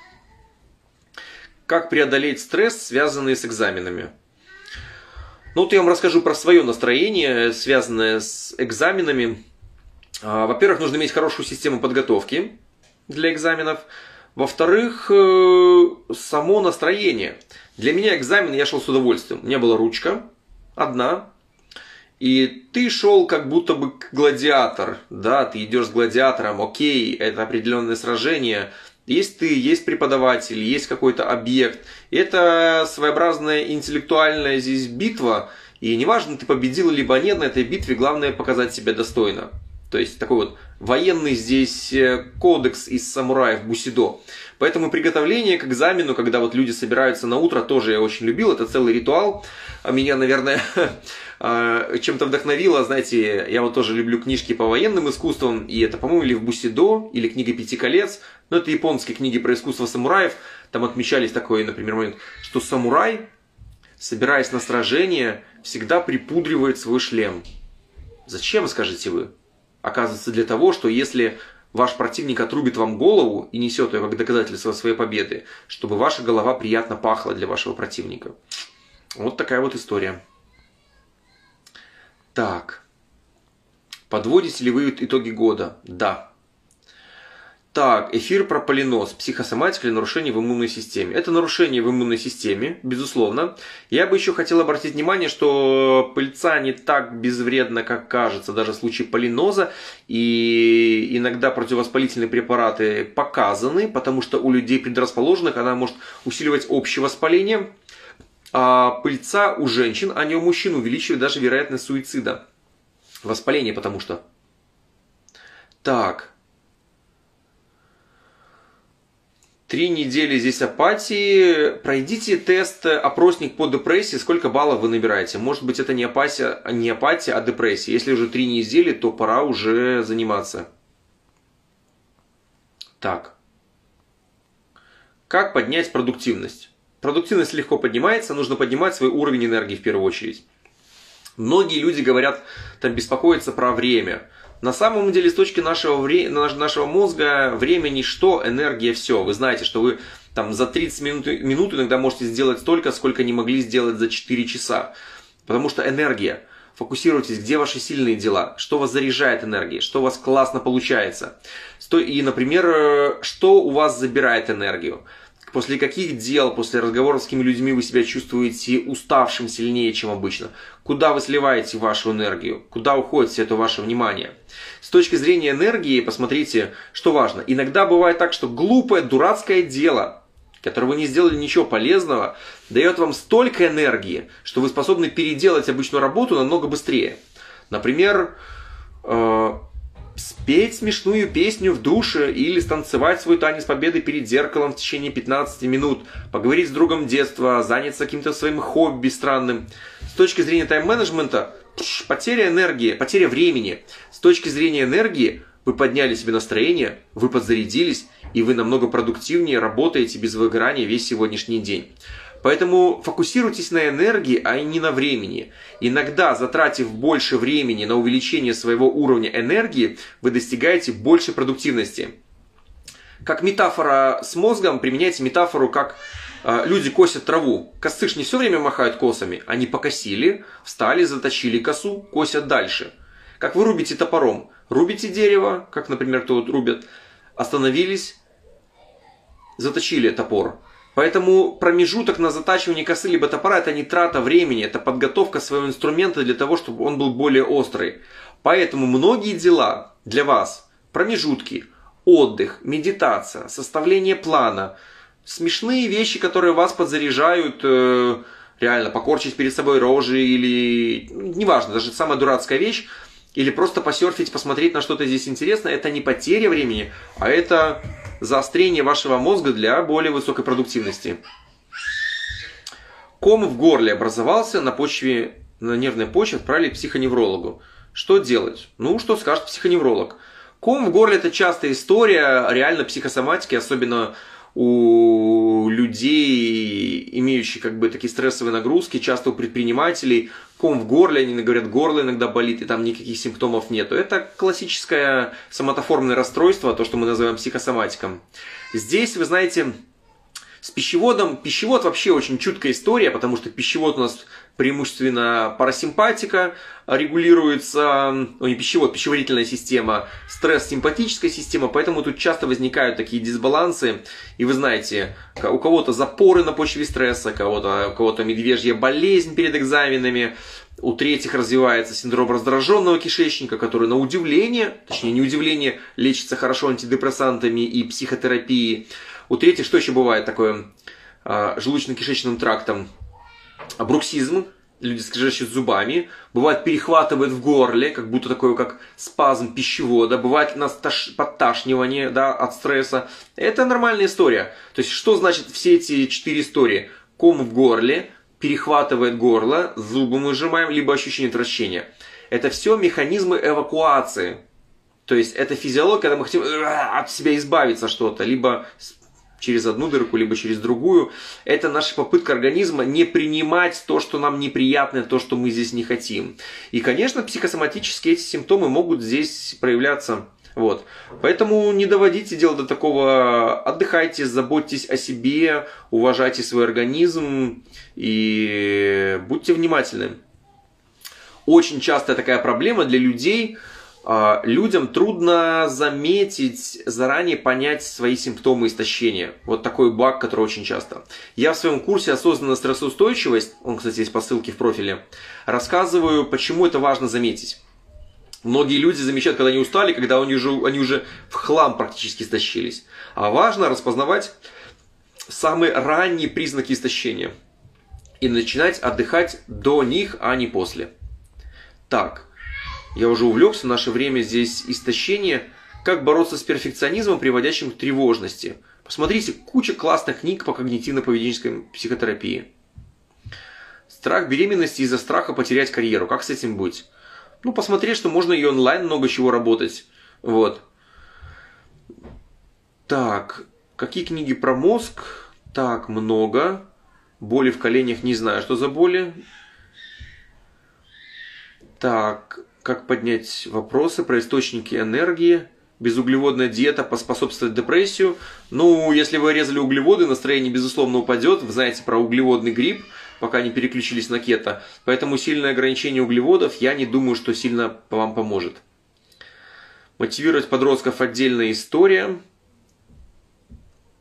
Как преодолеть стресс, связанный с экзаменами? Вот я вам расскажу про свое настроение, связанное с экзаменами. Во-первых, нужно иметь хорошую систему подготовки для экзаменов. Во-вторых, само настроение. Для меня экзамен я шел с удовольствием. У меня была ручка одна. И ты шел как будто бы гладиатор. Да, ты идешь с гладиатором, окей, это определенное сражение. Есть ты, есть преподаватель, есть какой-то объект. Это своеобразная интеллектуальная здесь битва. И неважно, ты победил либо нет на этой битве, главное показать себя достойно. То есть такой вот военный здесь кодекс из самураев бусидо. Поэтому приготовление к экзамену, когда вот люди собираются на утро, тоже я очень любил. Это целый ритуал. Меня, наверное, чем-то вдохновило. Знаете, я вот тоже люблю книжки по военным искусствам. И это, по-моему, или в бусидо, или книга 5 колец. Но это японские книги про искусство самураев. Там отмечались такой, например, момент, что самурай, собираясь на сражение, всегда припудривает свой шлем. Зачем, скажете вы? Оказывается, для того, что если ваш противник отрубит вам голову и несет ее как доказательство своей победы, чтобы ваша голова приятно пахла для вашего противника. Вот такая вот история. Так. Подводите ли вы итоги года? Да. Так, эфир про полинос, психосоматика или нарушение в иммунной системе. Это нарушение в иммунной системе, безусловно. Я бы еще хотел обратить внимание, что пыльца не так безвредна, как кажется, даже в случае полиноза. И иногда противовоспалительные препараты показаны, потому что у людей предрасположенных она может усиливать общее воспаление. А пыльца у женщин, а не у мужчин, увеличивает даже вероятность суицида. Воспаление, потому что. Так. 3 недели здесь апатии. Пройдите тест, опросник по депрессии, сколько баллов вы набираете. Может быть, это не апатия, а депрессия. Если уже 3 недели, то пора уже заниматься. Так. Как поднять продуктивность? Продуктивность легко поднимается, нужно поднимать свой уровень энергии в первую очередь. Многие люди говорят, беспокоятся про время. На самом деле, с точки нашего мозга, время ничто, энергия все. Вы знаете, что вы за 30 минут иногда можете сделать столько, сколько не могли сделать за 4 часа. Потому что энергия. Фокусируйтесь, где ваши сильные дела, что вас заряжает энергией, что у вас классно получается. И, например, что у вас забирает энергию. К после каких дел, после разговоров с какими людьми вы себя чувствуете уставшим сильнее, чем обычно? Куда вы сливаете вашу энергию? Куда уходит все это ваше внимание? С точки зрения энергии, посмотрите, что важно. Иногда бывает так, что глупое, дурацкое дело, которое вы не сделали ничего полезного, дает вам столько энергии, что вы способны переделать обычную работу намного быстрее. Например, спеть смешную песню в душе или станцевать свой танец победы перед зеркалом в течение 15 минут, поговорить с другом детства, заняться каким-то своим хобби странным. С точки зрения тайм-менеджмента, потеря энергии, потеря времени. С точки зрения энергии, вы подняли себе настроение, вы подзарядились, и вы намного продуктивнее работаете без выгорания весь сегодняшний день. Поэтому фокусируйтесь на энергии, а не на времени. Иногда, затратив больше времени на увеличение своего уровня энергии, вы достигаете большей продуктивности. Как метафора с мозгом, применяйте метафору, как люди косят траву. Косцы ж не все время махают косами. Они покосили, встали, заточили косу, косят дальше. Как вы рубите топором. Рубите дерево, как, например, кто вот рубят, остановились, заточили топор. Поэтому промежуток на затачивание косы либо топора – это не трата времени, это подготовка своего инструмента для того, чтобы он был более острый. Поэтому многие дела для вас – промежутки, отдых, медитация, составление плана, смешные вещи, которые вас подзаряжают, реально покорчить перед собой рожи или, неважно, даже самая дурацкая вещь, или просто посерфить, посмотреть на что-то здесь интересное, это не потеря времени, а это заострение вашего мозга для более высокой продуктивности. Ком в горле образовался на нервной почве, отправили к психоневрологу. Что делать? Ну, что скажет психоневролог? Ком в горле – это частая история реально психосоматики, особенно у людей, имеющих такие стрессовые нагрузки, часто у предпринимателей. Ком в горле, они говорят, горло иногда болит, и там никаких симптомов нету. Это классическое соматоформное расстройство, то, что мы называем психосоматиком. Здесь, вы знаете, с пищеводом, пищевод вообще очень чуткая история, потому что пищевод у нас преимущественно парасимпатика регулируется, не пищевод, пищеварительная система, стресс-симпатическая система, поэтому тут часто возникают такие дисбалансы. И вы знаете, у кого-то запоры на почве стресса, у кого-то медвежья болезнь перед экзаменами, у третьих развивается синдром раздраженного кишечника, который на удивление, точнее не удивление, лечится хорошо антидепрессантами и психотерапией. У третьих что еще бывает такое желудочно-кишечным трактом? Бруксизм, люди скрежещут зубами, бывает перехватывает в горле, как будто такое, как спазм пищевода, бывает у нас подташнивание, да, от стресса. Это нормальная история. То есть, что значит все эти 4 истории? Ком в горле, перехватывает горло, зубы мы сжимаем, либо ощущение отвращения. Это все механизмы эвакуации. То есть, это физиология, когда мы хотим от себя избавиться что-то, либо через одну дырку, либо через другую. Это наша попытка организма не принимать то, что нам неприятно, то, что мы здесь не хотим. И, конечно, психосоматически эти симптомы могут здесь проявляться. Вот. Поэтому не доводите дело до такого. Отдыхайте, заботьтесь о себе, уважайте свой организм и будьте внимательны. Очень частая такая проблема для людей. Людям трудно заметить, заранее понять свои симптомы истощения. Вот такой баг, который очень часто. Я в своем курсе «Осознанная стрессоустойчивость», он, кстати, есть по ссылке в профиле, рассказываю, почему это важно заметить. Многие люди замечают, когда они устали, когда они уже в хлам практически истощились. А важно распознавать самые ранние признаки истощения и начинать отдыхать до них, а не после. Так. Я уже увлекся, в наше время здесь истощение. Как бороться с перфекционизмом, приводящим к тревожности. Посмотрите, куча классных книг по когнитивно-поведенческой психотерапии. Страх беременности из-за страха потерять карьеру. Как с этим быть? Ну, посмотреть, что можно и онлайн много чего работать. Вот. Так, какие книги про мозг? Так, много. Боли в коленях, не знаю, что за боли. Так, как поднять вопросы про источники энергии. Безуглеводная диета поспособствует депрессию. Ну, если вы резали углеводы, настроение, безусловно, упадет. Вы знаете про углеводный грипп, пока не переключились на кето. Поэтому сильное ограничение углеводов, я не думаю, что сильно вам поможет. Мотивировать подростков — отдельная история.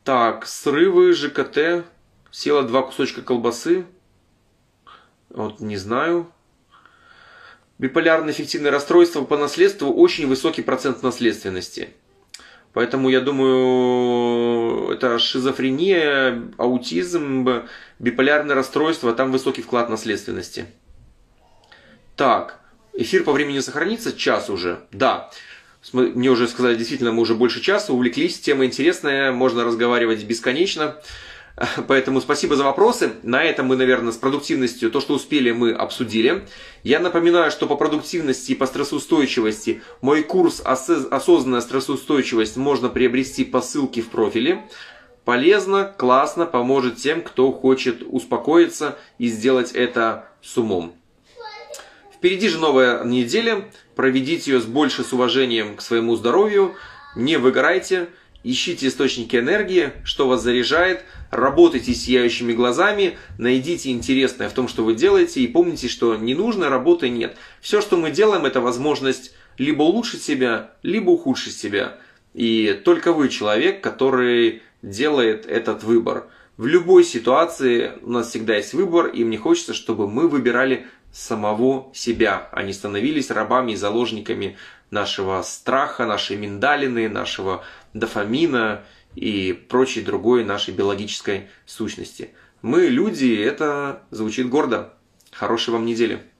Так, срывы, ЖКТ, съела 2 кусочка колбасы. Вот не знаю. Биполярное эффективное расстройство по наследству, очень высокий процент наследственности. Поэтому я думаю, это шизофрения, аутизм, биполярное расстройство, там высокий вклад наследственности. Так, эфир по времени сохранится? Час уже. Да. Мне уже сказали, действительно, мы уже больше часа увлеклись. Тема интересная, можно разговаривать бесконечно. Поэтому спасибо за вопросы. На этом мы, наверное, с продуктивностью, то, что успели, мы обсудили. Я напоминаю, что по продуктивности и по стрессоустойчивости мой курс «Осознанная стрессоустойчивость» можно приобрести по ссылке в профиле. Полезно, классно, поможет тем, кто хочет успокоиться и сделать это с умом. Впереди же новая неделя. Проведите ее с уважением к своему здоровью. Не выгорайте. Ищите источники энергии, что вас заряжает, работайте сияющими глазами, найдите интересное в том, что вы делаете, и помните, что ненужной работы нет. Все, что мы делаем, это возможность либо улучшить себя, либо ухудшить себя. И только вы человек, который делает этот выбор. В любой ситуации у нас всегда есть выбор, и мне хочется, чтобы мы выбирали самого себя, а не становились рабами и заложниками нашего страха, нашей миндалины, нашего дофамина и прочей другой нашей биологической сущности. Мы люди, это звучит гордо. Хорошей вам недели.